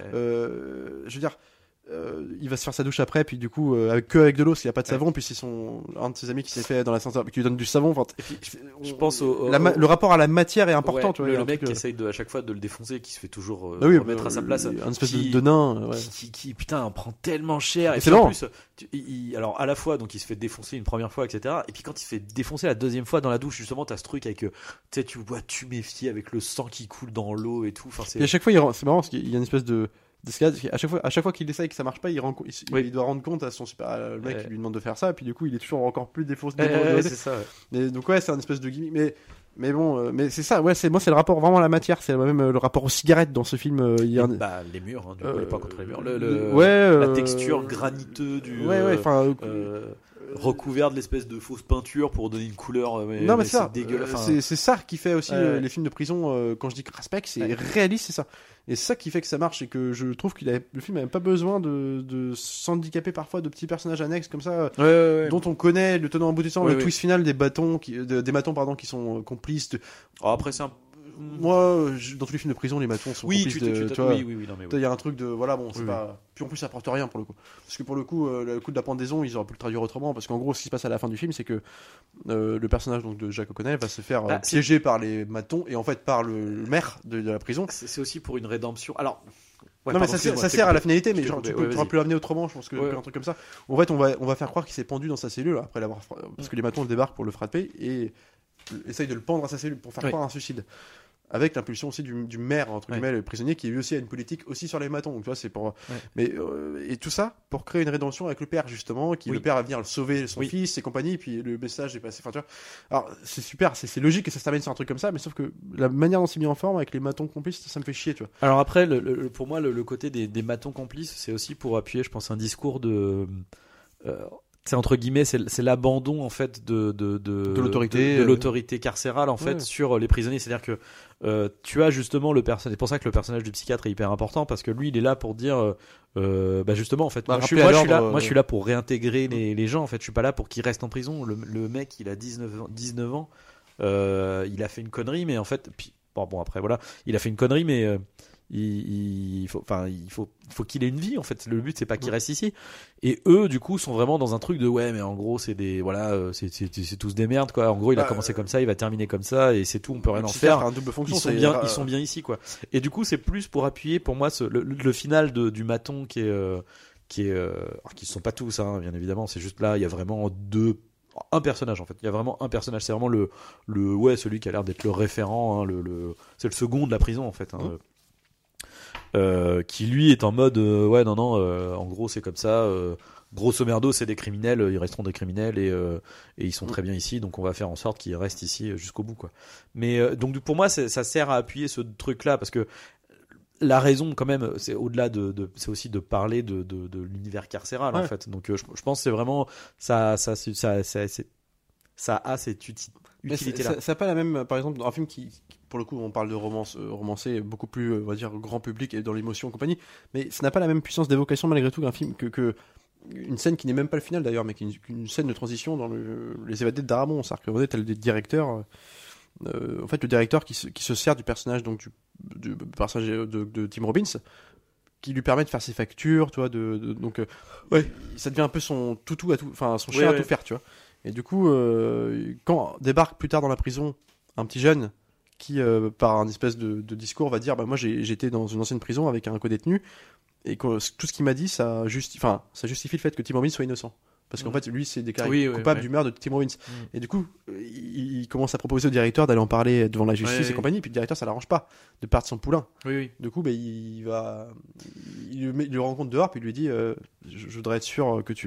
D: Je veux dire, il va se faire sa douche après, puis du coup, avec de l'eau, s'il n'y a pas de savon, puis c'est un de ses amis qui s'est fait dans l'ascenseur, qui lui donne du savon. Enfin,
F: Et puis, je pense au
D: le rapport à la matière est important,
F: ouais,
D: tu vois. il y a
F: le
D: un
F: mec
D: truc,
F: qui essaye à chaque fois de le défoncer, qui se fait toujours
D: ah oui,
F: remettre à sa place.
D: un espèce
F: qui-
D: de nain. Ouais.
F: Qui putain en prend tellement cher et
D: C'est
F: puis en
D: lent.
F: plus alors à la fois donc il se fait défoncer une première fois etc et puis quand il se fait défoncer la deuxième fois dans la douche justement t'as ce truc avec tu sais tu vois tuméfié avec le sang qui coule dans l'eau et tout enfin c'est
D: Et à chaque fois, c'est marrant parce qu'il y a une espèce d'escalade. À chaque fois qu'il essaye que ça marche pas, il doit rendre compte à son le mec qui lui demande de faire ça, et puis du coup, il est toujours encore plus défoncé.
F: c'est ça ouais.
D: Et donc ouais, c'est un espèce de gimmick, mais bon, mais c'est ça, ouais, c'est le rapport vraiment à la matière, c'est même le rapport aux cigarettes dans ce film. Il y a
F: bah les murs hein, du coup il est pas contre les murs
D: ouais,
F: la texture graniteuse du
D: ouais, enfin,
F: recouvert de l'espèce de fausse peinture pour donner une couleur
D: non mais
F: c'est
D: ça,
F: dégueulasse
D: c'est ça qui fait aussi
F: Ouais.
D: les films de prison. Quand je dis craspec, c'est réaliste, c'est ça. Et c'est ça qui fait que ça marche, et que je trouve le film n'avait pas besoin de s'handicaper parfois de petits personnages annexes comme ça, dont on connaît le tenant aboutissant, le twist final des matons qui sont complices.
F: après c'est un
D: moi, dans tous les films de prison, les matons sont complices de. Tu vois,
G: oui, non mais.
D: il y a un truc de voilà bon c'est
G: Oui,
D: pas puis en plus ça apporte rien pour le coup parce que pour le coup le coup de la pendaison ils auraient pu le traduire autrement parce qu'en gros ce qui se passe à la fin du film c'est que le personnage donc de Jack O'Connell va se faire piéger par les matons et en fait par le maire de la prison.
G: C'est aussi pour une rédemption. Alors ouais,
D: non mais ça sert à la finalité mais genre tu pourras plus l'amener autrement je pense que
G: Ouais.
D: un truc comme ça en fait on va faire croire qu'il s'est pendu dans sa cellule après l'avoir parce que les matons le débarquent pour le frapper et essaye de le pendre à sa cellule pour faire croire un suicide. Avec l'impulsion aussi du maire entre guillemets le prisonnier qui lui aussi a une politique aussi sur les matons donc tu vois c'est pour mais et tout ça pour créer une rédemption avec le père justement qui le père va venir sauver son fils et compagnie et puis le message est passé enfin tu vois alors c'est super c'est logique que ça se termine sur un truc comme ça mais sauf que la manière dont c'est mis en forme avec les matons complices ça me fait chier tu vois.
G: Alors après pour moi le côté des matons complices c'est aussi pour appuyer je pense un discours de c'est entre guillemets c'est l'abandon en fait de l'autorité carcérale en fait sur les prisonniers c'est-à-dire que tu as justement le personnage c'est pour ça que le personnage du psychiatre est hyper important parce que lui il est là pour dire justement en fait moi je suis là pour réintégrer les gens en fait je suis pas là pour qu'ils restent en prison le mec il a 19 ans il a fait une connerie mais en fait puis bon après voilà il a fait une connerie mais il faut qu'il ait une vie en fait le but c'est pas qu'il reste ici et eux du coup sont vraiment dans un truc de ouais mais en gros c'est des voilà c'est tous des merdes quoi en gros il a commencé comme ça il va terminer comme ça et c'est tout on peut rien en faire
D: un double fonction,
G: ils sont bien ici quoi et du coup c'est plus pour appuyer pour moi le final du maton qui sont pas tous hein, bien évidemment c'est juste là il y a vraiment un personnage en fait il y a vraiment un personnage c'est vraiment celui qui a l'air d'être le référent hein, c'est le second de la prison en fait hein, qui lui est en mode en gros c'est comme ça grosso merdo c'est des criminels ils resteront des criminels et ils sont très bien ici donc on va faire en sorte qu'ils restent ici jusqu'au bout quoi mais donc pour moi ça sert à appuyer ce truc là parce que la raison quand même c'est au-delà c'est aussi de parler de l'univers carcéral en fait donc je pense que c'est vraiment ça a cette utilité là
D: ça n'a pas la même par exemple dans un film qui pour le coup on parle de romancé beaucoup plus on va dire grand public et dans l'émotion et compagnie mais ça n'a pas la même puissance d'évocation malgré tout qu'un film que une scène qui n'est même pas le final d'ailleurs mais qu'une scène de transition dans les évadés de Darabont c'est-à-dire que tel des directeurs en fait le directeur qui se sert du personnage donc du personnage de Tim Robbins qui lui permet de faire ses factures tu vois donc ça devient un peu son toutou à tout enfin son chien à tout faire tu vois et du coup quand débarque plus tard dans la prison un petit jeune qui par un espèce de discours va dire bah moi j'étais dans une ancienne prison avec un co-détenu et que tout ce qu'il m'a dit ça justifie le fait que Tim Robbins soit innocent parce qu'en fait lui c'est déclaré coupable du meurtre de Tim Robbins et du coup il commence à proposer au directeur d'aller en parler devant la justice et compagnie puis le directeur ça l'arrange pas de perdre son poulain du coup il le rencontre dehors puis il lui dit je voudrais être sûr que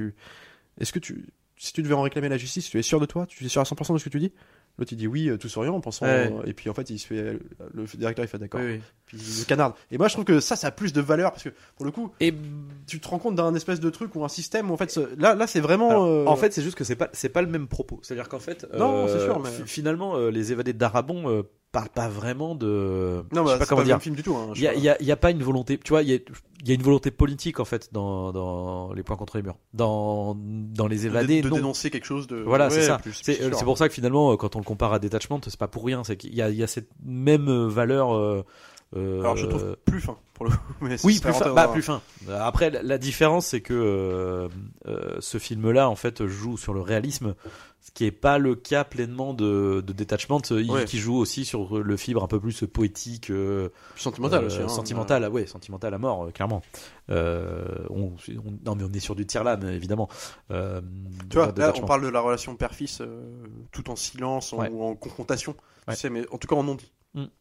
D: si tu devais en réclamer la justice tu es sûr de toi tu es sûr à 100% de ce que tu dis l'autre il dit oui tout souriant en pensant et puis en fait le directeur il fait d'accord puis il le canarde et moi je trouve que ça a plus de valeur parce que pour le coup tu te rends compte d'un espèce de truc ou un système où en fait là c'est vraiment
G: en fait c'est juste que c'est pas le même propos c'est à dire qu'en fait
D: non c'est sûr mais
G: finalement les évadés de Darabont parlent pas vraiment de
D: non
G: je sais pas
D: c'est
G: comment
D: pas
G: dire
D: le même film du tout hein,
G: il y a pas une volonté tu vois il y a une volonté politique en fait dans les points contre les murs dans les évadés
D: de dénoncer quelque chose de
G: voilà c'est ça c'est pour ça que finalement quand on le compare à Detachment c'est pas pour rien c'est qu'il y a cette même valeur
D: alors je trouve plus fin pour le coup mais
G: oui plus fin après la différence c'est que ce film là en fait joue sur le réalisme ce qui est pas le cas pleinement de Detachment qui joue aussi sur le fibre un peu plus poétique
D: sentimental aussi
G: sentimental sentimental à mort clairement non mais on est sur du tir-lame évidemment
D: tu vois là on parle de la relation père-fils tout en silence ou en confrontation tu sais mais en tout cas en non-dit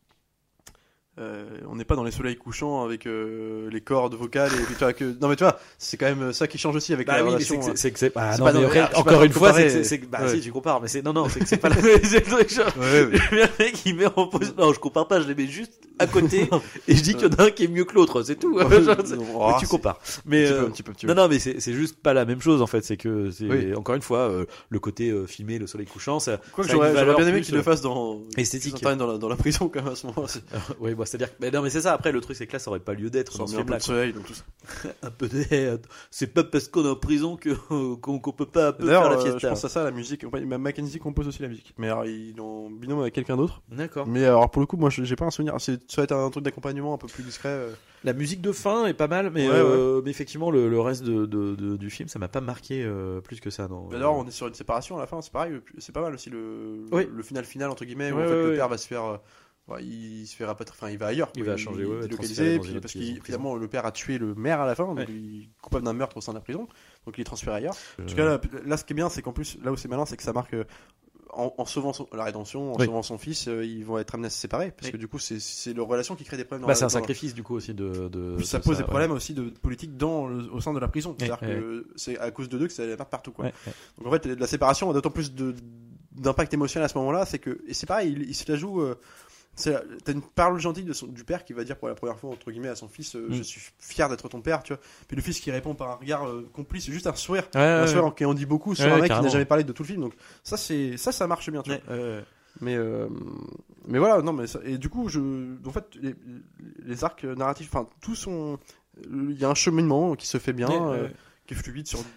D: on n'est pas dans les soleils couchants avec les cordes vocales et puis tu vois que non mais tu vois c'est quand même ça qui change aussi avec la relation
G: encore une fois si tu compares mais c'est que c'est pas la même le mec il met en pause non je compare pas je les mets juste
F: à côté et je dis qu'il y en a un qui est mieux que l'autre, c'est tout.
D: Oh,
F: Tu compares. Mais
D: un petit peu.
F: non, mais c'est juste pas la même chose en fait. C'est que
D: Oui.
F: encore une fois le côté filmé, le soleil couchant, ça.
D: Quoi que
F: ça a une
D: j'aurais
F: valeur
D: bien aimé
F: plus,
D: qu'il le fasse dans
F: esthétique.
D: qu'ils interviennent dans la prison quand même à ce moment-là.
F: Oui, bon, c'est-à-dire. Mais non, mais c'est ça. Après, le truc, c'est que là, ça aurait pas lieu d'être
D: Ça
F: dans
D: met
F: ce
D: un peu
F: film-là.
D: de soleil, donc tout ça.
F: Un peu de. C'est pas parce qu'on est en prison qu'on peut pas un peu
D: D'ailleurs,
F: faire la fiesta.
D: je pense à ça, la musique. Même Mackenzie compose aussi la musique. Mais alors, il est en binôme avec quelqu'un d'autre.
F: D'accord.
D: Mais alors, pour le coup, moi, j'ai pas un souvenir. Ça va être un truc d'accompagnement un peu plus discret.
F: La musique de fin est pas mal, mais,
D: Ouais.
F: mais effectivement, le reste du film, ça m'a pas marqué plus que ça. Non.
D: D'ailleurs, on est sur une séparation à la fin, c'est pareil. C'est pas mal aussi
F: Oui.
D: le final entre guillemets, où
F: Ouais,
D: en fait
F: ouais,
D: le
F: ouais.
D: père va se faire. Il se fait rapatrier, enfin il va ailleurs.
F: Il va changer,
D: il
F: ouais,
D: est
F: transféré
D: délocalisé,
F: dans une autre
D: parce
F: prison.
D: que finalement le père a tué le maire à la fin, donc
F: Ouais.
D: il est coupable d'un meurtre au sein de la prison, donc il est transféré ailleurs. En tout cas, là, ce qui est bien, c'est qu'en plus, là où c'est malin, c'est que ça marque. En sauvant la rédemption, en
F: Oui.
D: sauvant son fils, ils vont être amenés à se séparer, parce
F: Oui.
D: que du coup, c'est leur relation qui crée des problèmes.
F: Bah, c'est un sacrifice du coup aussi de.
D: Puis ça
F: de
D: pose des
F: ouais.
D: problèmes aussi de politique au sein de la prison. C'est-à-dire
F: Ouais,
D: que c'est à cause de deux que ça part partout, quoi.
F: Ouais, ouais.
D: Donc en fait, la séparation a d'autant plus d'impact émotionnel à ce moment-là, c'est que, et c'est pareil, il se la joue. T'as une parole gentille du père qui va dire pour la première fois entre guillemets à son fils, je suis fier d'être ton père, tu vois. Puis le fils qui répond par un regard complice, c'est juste un sourire, un sourire qui en dit beaucoup sur
F: Ouais,
D: un mec qui
F: carrément.
D: n'a jamais parlé de tout le film. Donc ça marche bien, tu vois.
F: Ouais.
D: Mais voilà, non, mais et du coup, en fait, les arcs narratifs, enfin, tout sont, il y a un cheminement qui se fait bien, qui est fluide sur.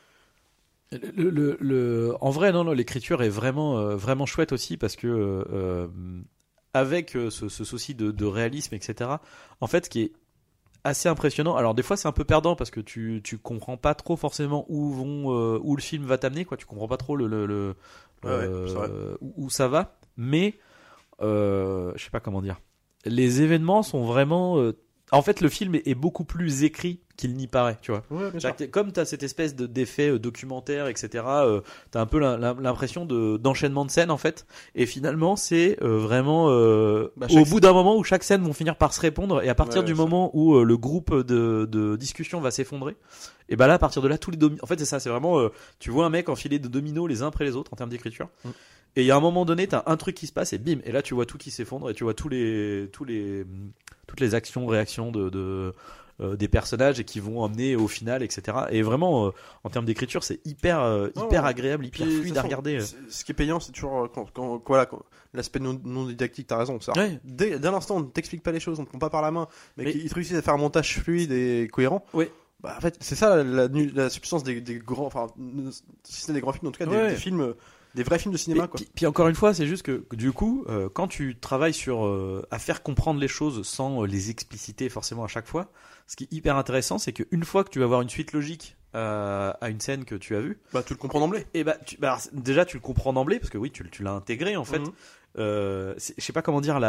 F: En vrai, non, l'écriture est vraiment chouette aussi parce que avec ce souci de réalisme, etc. En fait, ce qui est assez impressionnant. Alors des fois, c'est un peu perdant parce que tu comprends pas trop forcément où le film va t'amener, quoi. Tu comprends pas trop
D: C'est vrai.
F: où ça va. Mais je sais pas comment dire. Les événements sont vraiment. En fait, le film est beaucoup plus écrit qu'il n'y paraît, tu vois.
D: Ouais, bien sûr.
F: Comme tu as cette espèce d'effet documentaire, etc., tu as un peu l'impression d'enchaînement de scènes, en fait. Et finalement, c'est vraiment au bout d'un moment où chaque scène vont finir par se répondre. Et à partir du moment où le groupe de discussion va s'effondrer, et ben là, à partir de là, tous les dominos. En fait, c'est ça, c'est vraiment. Tu vois un mec enfiler de dominos les uns après les autres en termes d'écriture. Et il y a un moment donné, t'as un truc qui se passe et bim, et là tu vois tout qui s'effondre et tu vois toutes les actions, réactions des personnages et qui vont emmener au final, etc. Et vraiment, en termes d'écriture, c'est hyper agréable, hyper
D: Puis,
F: fluide à regarder.
D: Ce qui est payant, c'est toujours quand l'aspect non didactique, t'as raison. Ça.
F: Ouais.
D: Dès l'instant, on ne t'explique pas les choses, on ne te prend pas par la main, mais
F: Oui.
D: qu'ils réussissent à faire un montage fluide et cohérent.
F: Oui.
D: Bah, en fait, c'est ça la substance des grands, enfin, si c'est des grands films, en tout cas des films, des vrais films de cinéma, quoi.
F: Puis encore une fois, c'est juste que du coup, quand tu travailles sur à faire comprendre les choses sans les expliciter forcément à chaque fois, ce qui est hyper intéressant, c'est qu'une fois que tu vas avoir une suite logique à une scène que tu as vue,
D: Bah, tu le comprends d'emblée.
F: et alors, déjà tu le comprends d'emblée parce que oui, tu l'as intégré en fait. Je sais pas comment dire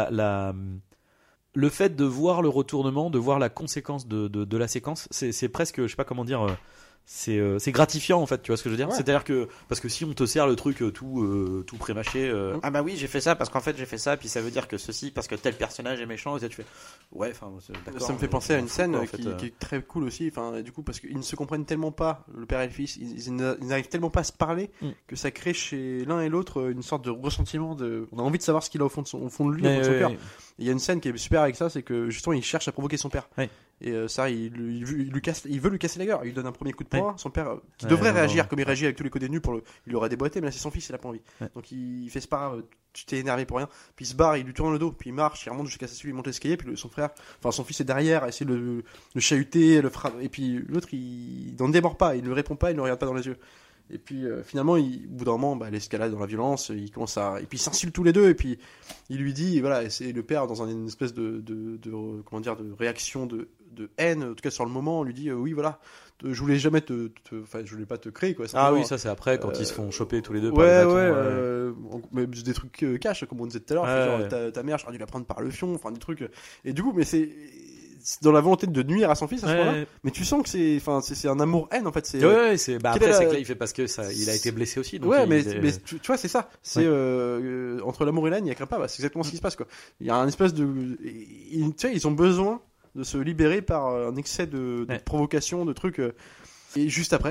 F: le fait de voir le retournement, de voir la conséquence de la séquence, c'est presque, je sais pas comment dire, c'est gratifiant en fait, tu vois ce que je veux dire.
D: Ouais.
F: C'est-à-dire que parce que si on te sert le truc tout prémâché, ah bah oui j'ai fait ça parce qu'en fait j'ai fait ça, puis ça veut dire que ceci parce que tel personnage est méchant, et ça tu fais ouais, enfin d'accord.
D: Ça me fait penser à une scène
F: en fait,
D: qui est très cool aussi, enfin, du coup, parce qu'ils ne se comprennent tellement pas, le père et le fils, ils n'arrivent tellement pas à se parler que ça crée chez l'un et l'autre une sorte de ressentiment, on a envie de savoir ce qu'il a au fond de lui, au fond de son cœur. Il y a une scène qui est super avec ça, c'est que justement il cherche à provoquer son père.
F: Ouais.
D: Et ça, il veut lui casser la gueule. Il lui donne un premier coup de poing.
F: Ouais.
D: Son père, qui
F: Ouais,
D: devrait
F: non,
D: réagir
F: non.
D: comme il réagit avec tous les coups des nuls, il l'aurait déboîté, mais là c'est son fils, il a pas envie.
F: Ouais.
D: Donc il fait ce pas, tu t'es énervé pour rien. Puis il se barre, il lui tourne le dos, puis il marche, il remonte jusqu'à sa suite, il monte l'escalier, puis son fils est derrière, essaie de le chahuter, le frappe. Et puis l'autre, il n'en démord pas, il ne répond pas, il ne regarde pas dans les yeux. Et puis finalement, au bout d'un moment, l'escalade dans la violence, il commence à, et puis ils s'insultent tous les deux, et puis il lui dit, et voilà, et c'est le père dans une espèce de comment dire, de réaction de haine, en tout cas sur le moment, on lui dit, oui, voilà, je voulais jamais enfin, je voulais pas te créer, quoi.
F: Ah oui, ça c'est après quand ils se font choper tous les deux.
D: Ouais,
F: par les bâtons,
D: mais des trucs cash, comme on disait tout à l'heure,
F: Ouais,
D: genre, ta mère, j'aurais dû la prendre par le fion, enfin des trucs. Et du coup, mais c'est dans la volonté de nuire à son fils à ce moment-là. Mais tu sens que c'est un amour-haine en fait. C'est
F: ouais, c'est
D: quelle
F: après
D: est
F: c'est que là il fait parce que ça, il a été blessé aussi. Donc
D: ouais,
F: il
D: mais tu vois, c'est ça. C'est entre l'amour et la haine, il y a qu'un pas. C'est exactement ce qui se passe, quoi. Il y a un espèce de, tu sais, ils ont besoin de se libérer par un excès de provocation, de trucs. Et juste après,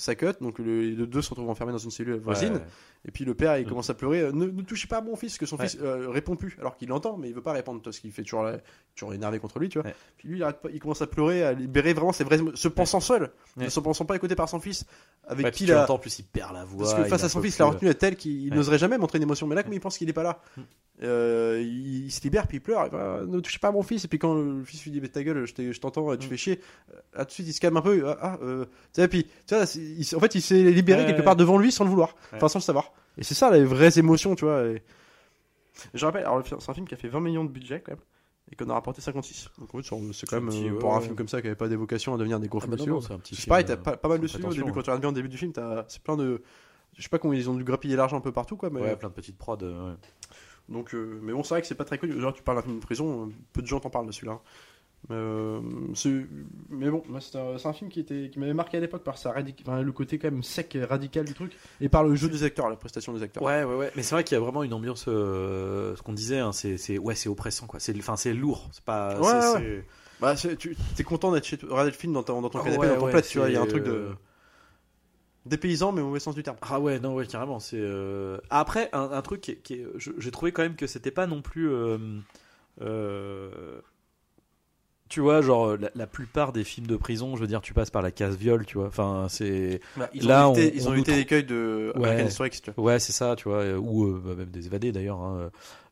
D: ça cut, donc les deux se retrouvent enfermés dans une cellule voisine, et puis le père il commence à pleurer, ne touchez pas à mon fils, que son fils répond plus, alors qu'il l'entend, mais il veut pas répondre, parce qu'il fait toujours énervé contre lui, tu vois. Puis lui il commence à pleurer, à libérer vraiment ses vrais, se pensant seul, ne se pensant pas écouté par son fils, avec qui il a...
F: en plus il perd la voix.
D: Parce que face à son fils, la retenue est telle qu'il n'oserait jamais montrer une émotion, mais là comme il pense qu'il est pas là, il se libère, puis il pleure, ne touchez pas à mon fils, et puis quand le fils lui dit mais ta gueule, je t'entends, tu fais chier, là tout de suite il se calme un peu, tu sais, puis tu vois, en fait il s'est libéré quelque part devant lui sans le vouloir, enfin sans le savoir, et c'est ça les vraies émotions, tu vois. Et je rappelle, alors c'est un film qui a fait 20 millions de budget quand même, et qu'on a rapporté 56, donc en fait, c'est quand même pour un film comme ça qui avait pas d'évocation à devenir des gros films de studio, c'est pareil, t'as pas mal de studios au début, quand tu regardes bien au début du film, c'est plein de, je sais pas comment ils ont dû grappiller l'argent un peu partout, quoi, mais
F: plein de petites prods.
D: Donc, mais bon, c'est vrai que c'est pas très connu. Genre, tu parles d'un film de prison, peu de gens t'en parlent de celui-là. Mais bon, c'est un film qui m'avait marqué à l'époque par le côté quand même sec et radical du truc, et par le jeu des acteurs, la prestation des acteurs.
F: Ouais. Mais c'est vrai qu'il y a vraiment une ambiance, ce qu'on disait, hein, c'est oppressant, quoi. C'est lourd. C'est pas.
D: Ouais. Bah, tu es content d'être regarder le film dans ton canapé, dans ton plaid, tu vois. Il y a un truc de dépaysant, mais au mauvais sens du terme.
F: Ah ouais, non, ouais, carrément. Après, un truc qui j'ai trouvé quand même que c'était pas non plus. Tu vois, genre la plupart des films de prison, je veux dire, tu passes par la case viol, tu vois. Enfin, c'est.
D: Ils ont évité l'écueil de American History X, tu vois.
F: Ouais, c'est ça, tu vois, ou même des évadés d'ailleurs. Hein.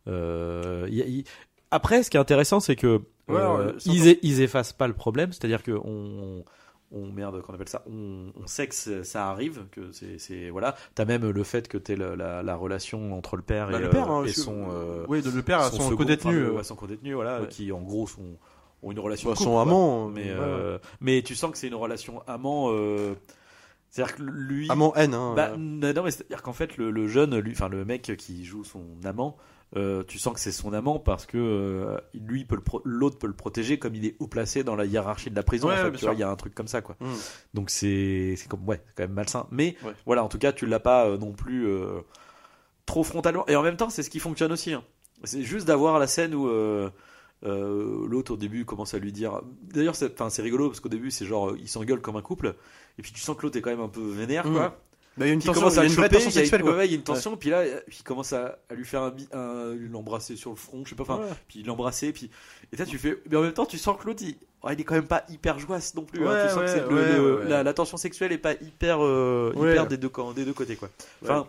F: Après, ce qui est intéressant, c'est que ils effacent pas le problème, c'est-à-dire que qu'on appelle ça, on sait que ça arrive, que c'est voilà. T'as même le fait que t'aies la relation entre le père et son
D: le père à son
F: codétenu, voilà, qui en gros ont une relation couple,
D: son amant,
F: mais tu sens que c'est une relation amant, c'est-à-dire que lui
D: amant-haine, hein.
F: Non, mais c'est-à-dire qu'en fait le jeune, le mec qui joue son amant, tu sens que c'est son amant parce que lui l'autre peut le protéger, comme il est haut placé dans la hiérarchie de la prison, en fait, tu vois, il y a un truc comme ça, quoi. Donc c'est comme c'est quand même malsain, mais voilà, en tout cas tu l'as pas non plus trop frontalement, et en même temps c'est ce qui fonctionne aussi, hein. C'est juste d'avoir la scène où l'autre au début commence à lui dire, d'ailleurs c'est rigolo parce qu'au début c'est genre ils s'engueulent comme un couple, et puis tu sens que l'autre est quand même un peu vénère, quoi.
D: Il y a une tension,
F: il y a une vraie tension
D: sexuelle, quoi.
F: Il y a une tension, puis là il commence à lui faire l'embrasser sur le front, je sais pas, puis l'embrasser, puis et là tu fais, mais en même temps tu sens que l'autre il est quand même pas hyper jouasse non plus, hein. Tu sens que la tension sexuelle est pas hyper des deux côtés, quoi. Enfin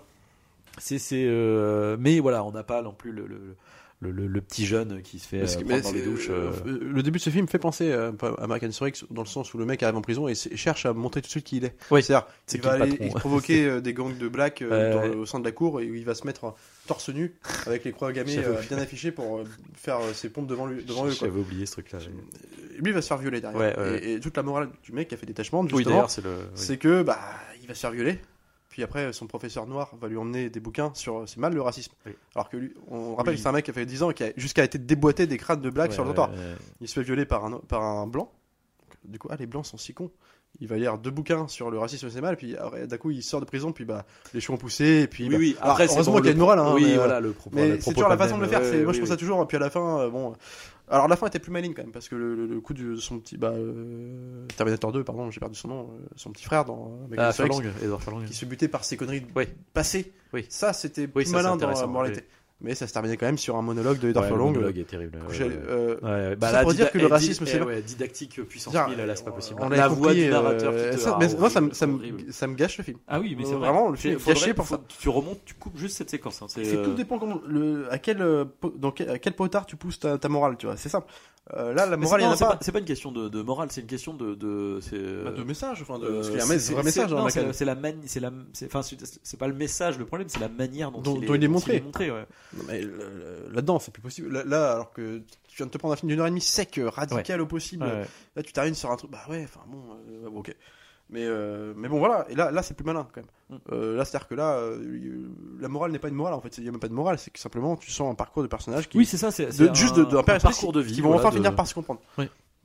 F: mais voilà, on n'a pas non plus le petit jeune qui se fait prendre dans les douches.
D: Le début de ce film fait penser à American History X, dans le sens où le mec arrive en prison et cherche à montrer tout de suite qui il est.
F: Oui,
D: c'est-à-dire qu'il va aller provoquer des gangs de blacks au sein de la cour, et où il va se mettre torse nu avec les croix gammées bien affichées pour faire ses pompes devant eux.
F: J'avais oublié ce truc-là.
D: Lui il va se faire violer derrière. Et toute la morale du mec qui a fait détachement,
F: justement,
D: c'est que il va se faire violer. Puis après, son professeur noir va lui emmener des bouquins sur c'est mal le racisme. Alors que lui, on rappelle que c'est un mec qui a fait 10 ans et qui a jusqu'à été déboîté des crânes de blacks sur le trottoir. Il se fait violer par un blanc. Du coup, les blancs sont si cons. Il va lire 2 bouquins sur le racisme, c'est mal, puis d'un coup il sort de prison, puis les cheveux ont poussé, et puis
F: après
D: heureusement qu'il y a une morale, hein,
F: mais
D: c'est toujours la façon de le faire. Moi je trouve ça toujours, puis à la fin alors la fin était plus maligne quand même, parce que le coup de son petit Terminator 2, pardon, j'ai perdu son nom, son petit frère dans
F: Edward Furlong,
D: qui se butait par ses conneries passées. Ça c'était plus malin dans la moralité. Mais ça se terminait quand même sur un monologue de Edward Furlong.
F: Le monologue est terrible.
D: Ça pour dire que le racisme, c'est
F: didactique puissance 1000, là c'est pas possible.
D: La voix du narrateur. Moi ça me gâche le film.
F: Ah oui, mais c'est
D: vraiment le film est gâché pour ça.
F: Tu remontes, tu coupes juste cette séquence.
D: Tout dépend à quel potard tu pousses ta morale, tu vois. C'est simple. Là, la morale, il y en a pas.
F: C'est pas une question de morale, c'est une question de
D: message. Enfin, parce qu'il y a un vrai message.
F: Non, c'est pas le message. Le problème, c'est la manière dont
D: il est montré.
F: Ouais.
D: Non, mais là-dedans, c'est plus possible. Là, alors que tu viens de te prendre un film d'1h30 sec, radical au possible. Là, tu t'arrives sur un truc. Ok. Mais bon, voilà. Et là, c'est plus malin quand même. Là, c'est-à-dire que là, la morale n'est pas une morale. En fait, il n'y a même pas de morale. C'est que simplement, tu sens un parcours de personnages qui.
F: Oui, c'est ça. C'est
D: juste d'un parcours de vie qui vont enfin finir par se comprendre.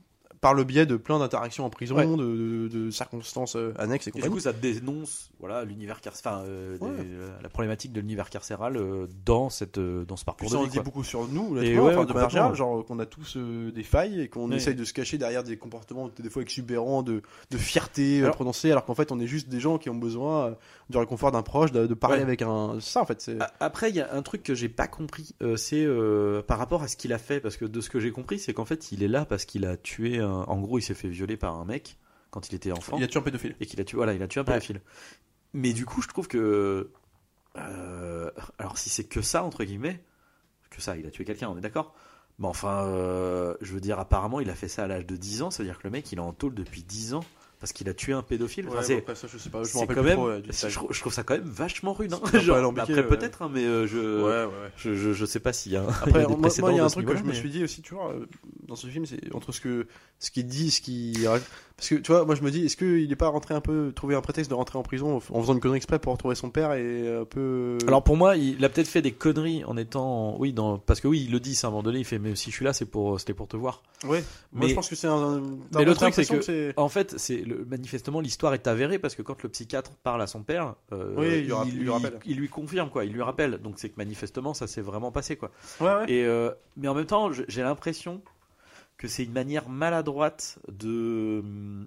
D: par le biais de plein d'interactions en prison, de circonstances annexes et compagnie.
F: Et du coup, ça dénonce l'univers la problématique de l'univers carcéral dans ce parcours de vie.
D: Ça en dit beaucoup sur nous,
F: et
D: de manière générale, genre qu'on a tous des failles et qu'on essaye de se cacher derrière des comportements des fois exubérants de fierté prononcée, alors qu'en fait on est juste des gens qui ont besoin du réconfort d'un proche, de parler avec un... Ça en fait c'est...
F: Après il y a un truc que j'ai pas compris, c'est par rapport à ce qu'il a fait, parce que de ce que j'ai compris c'est qu'en fait il est là parce qu'il a tué en gros il s'est fait violer par un mec quand il était enfant.
D: Il a tué un pédophile.
F: Et qu'il a tué, il a tué un pédophile. Mais du coup je trouve que alors si c'est que ça entre guillemets, que ça, il a tué quelqu'un, on est d'accord. Mais enfin, je veux dire, apparemment, il a fait ça à l'âge de 10 ans, ça veut dire que le mec, il est en tâle depuis 10 ans parce qu'il a tué un pédophile. Enfin,
D: après ça, je sais pas, je me rappelle
F: quand
D: plus
F: même,
D: trop,
F: je trouve ça quand même vachement rude. Hein.
D: Après,
F: peut-être, mais je sais pas s'il y a un.
D: Après,
F: il y a des
D: moi, il y a un truc que
F: mais...
D: je me suis dit aussi, tu vois, dans ce film, c'est entre ce qu'il dit, ce qu'il. Parce que tu vois, moi je me dis, est-ce qu'il n'est pas rentré un peu, trouver un prétexte de rentrer en prison en faisant une connerie exprès pour retrouver son père et un peu.
F: Alors pour moi, il a peut-être fait des conneries en étant, parce que il le dit, c'est à un moment donné, il fait, mais si je suis là, c'était pour te voir.
D: Ouais. Moi je pense que c'est un.
F: Mais le truc c'est que, en fait, manifestement l'histoire est avérée parce que quand le psychiatre parle à son père, il lui confirme quoi, il lui rappelle. Donc c'est que manifestement ça s'est vraiment passé quoi.
D: Ouais.
F: Et mais en même temps, j'ai l'impression que c'est une manière maladroite de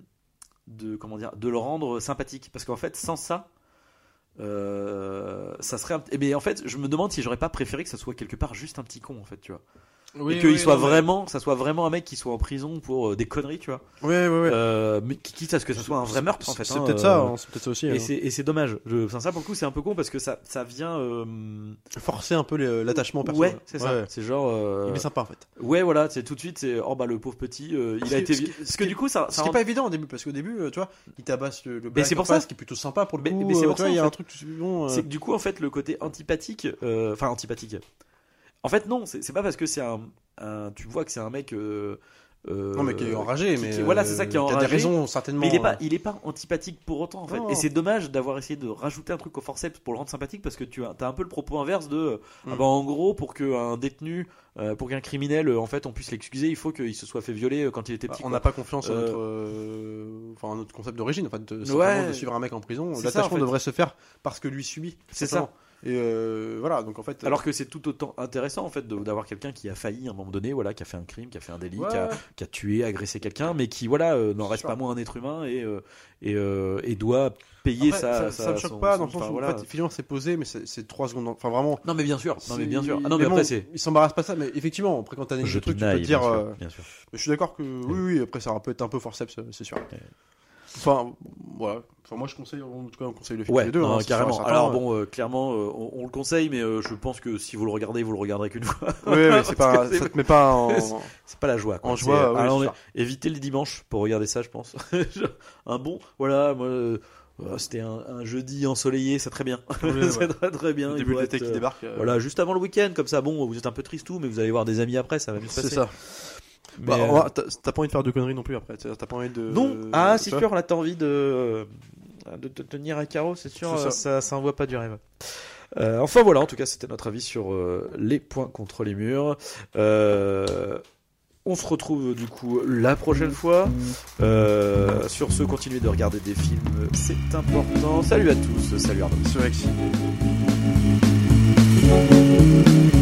F: le rendre sympathique, parce qu'en fait sans ça ça serait mais en fait je me demande si j'aurais pas préféré que ça soit quelque part juste un petit con en fait, tu vois. Et qu'il soit vraiment, ça soit vraiment un mec qui soit en prison pour des conneries, tu vois. Mais quitte à ce que ça soit un vrai meurtre en fait.
D: C'est peut-être ça, c'est peut-être ça aussi.
F: Et c'est dommage. Ça pour le coup c'est un peu con parce que ça vient
D: forcer un peu l'attachement personnel.
F: Ouais, c'est ça. C'est genre.
D: Il est sympa en fait.
F: Ouais, voilà, c'est tout de suite, c'est le pauvre petit, il a été. Parce que du coup ça.
D: Ce qui est pas évident au début, parce qu'au début, tu vois, il tabasse le
F: mais c'est pour ça,
D: ce qui est plutôt sympa pour le coup.
F: Mais c'est pour ça,
D: il y a un truc.
F: C'est que du coup en fait le côté antipathique, en fait non, c'est pas parce que c'est tu vois que c'est un mec
D: non mais qui est enragé, mais
F: voilà, c'est ça, qui est enragé.
D: Il y a des raisons certainement.
F: Mais il est pas antipathique pour autant en fait. Et c'est dommage d'avoir essayé de rajouter un truc au forceps pour le rendre sympathique, parce que tu as un peu le propos inverse de en gros pour qu'un détenu, pour qu'un criminel en fait on puisse l'excuser, il faut qu'il se soit fait violer quand il était petit.
D: On n'a pas confiance en notre concept d'origine, en fait, de suivre un mec en prison. L'attachement devrait se faire parce que lui subit.
F: C'est ça.
D: Et voilà, donc en fait.
F: Alors que c'est tout autant intéressant en fait d'avoir quelqu'un qui a failli à un moment donné, qui a fait un crime, qui a fait un délit, qui a tué, agressé quelqu'un, mais qui n'en reste pas moins un être humain et doit payer
D: ça me choque pas dans le sens où en fait, finalement c'est posé, mais c'est 3 secondes. Enfin vraiment.
F: Non mais bien sûr. Non mais
D: après
F: c'est.
D: Il s'embarrasse pas ça, mais effectivement après quand t'as des trucs, tu peux te dire.
F: Bien sûr.
D: Mais je suis d'accord que oui, après ça peut être un peu forceps, c'est sûr. Enfin, voilà. Enfin, moi, je conseille, en tout cas, on conseille le film des deux.
F: Non, carrément. Alors bon, clairement, on le conseille, mais je pense que si vous le regarderez qu'une fois.
D: Oui, mais c'est pas, ça te met pas en.
F: C'est pas la joie.
D: En joie.
F: Alors, évitez les dimanches pour regarder ça, je pense. Voilà, moi. C'était un jeudi ensoleillé, c'est très bien. C'est très bien.
D: Le début de l'été qui débarque.
F: Voilà, juste avant le week-end, comme ça. Bon, vous êtes un peu tristou, mais vous allez voir des amis après, ça va mieux se passer.
D: C'est ça. Mais t'as pas envie de faire de conneries non plus après. T'as pas envie de.
F: Non. C'est sûr, là t'as envie de te tenir à carreau, c'est sûr. Ça envoie pas du rêve. Enfin voilà, en tout cas c'était notre avis sur les points contre les murs. On se retrouve du coup la prochaine fois. Sur ce, continuez de regarder des films, c'est important. Salut à tous, salut Arnaud.
D: Sur Alexis.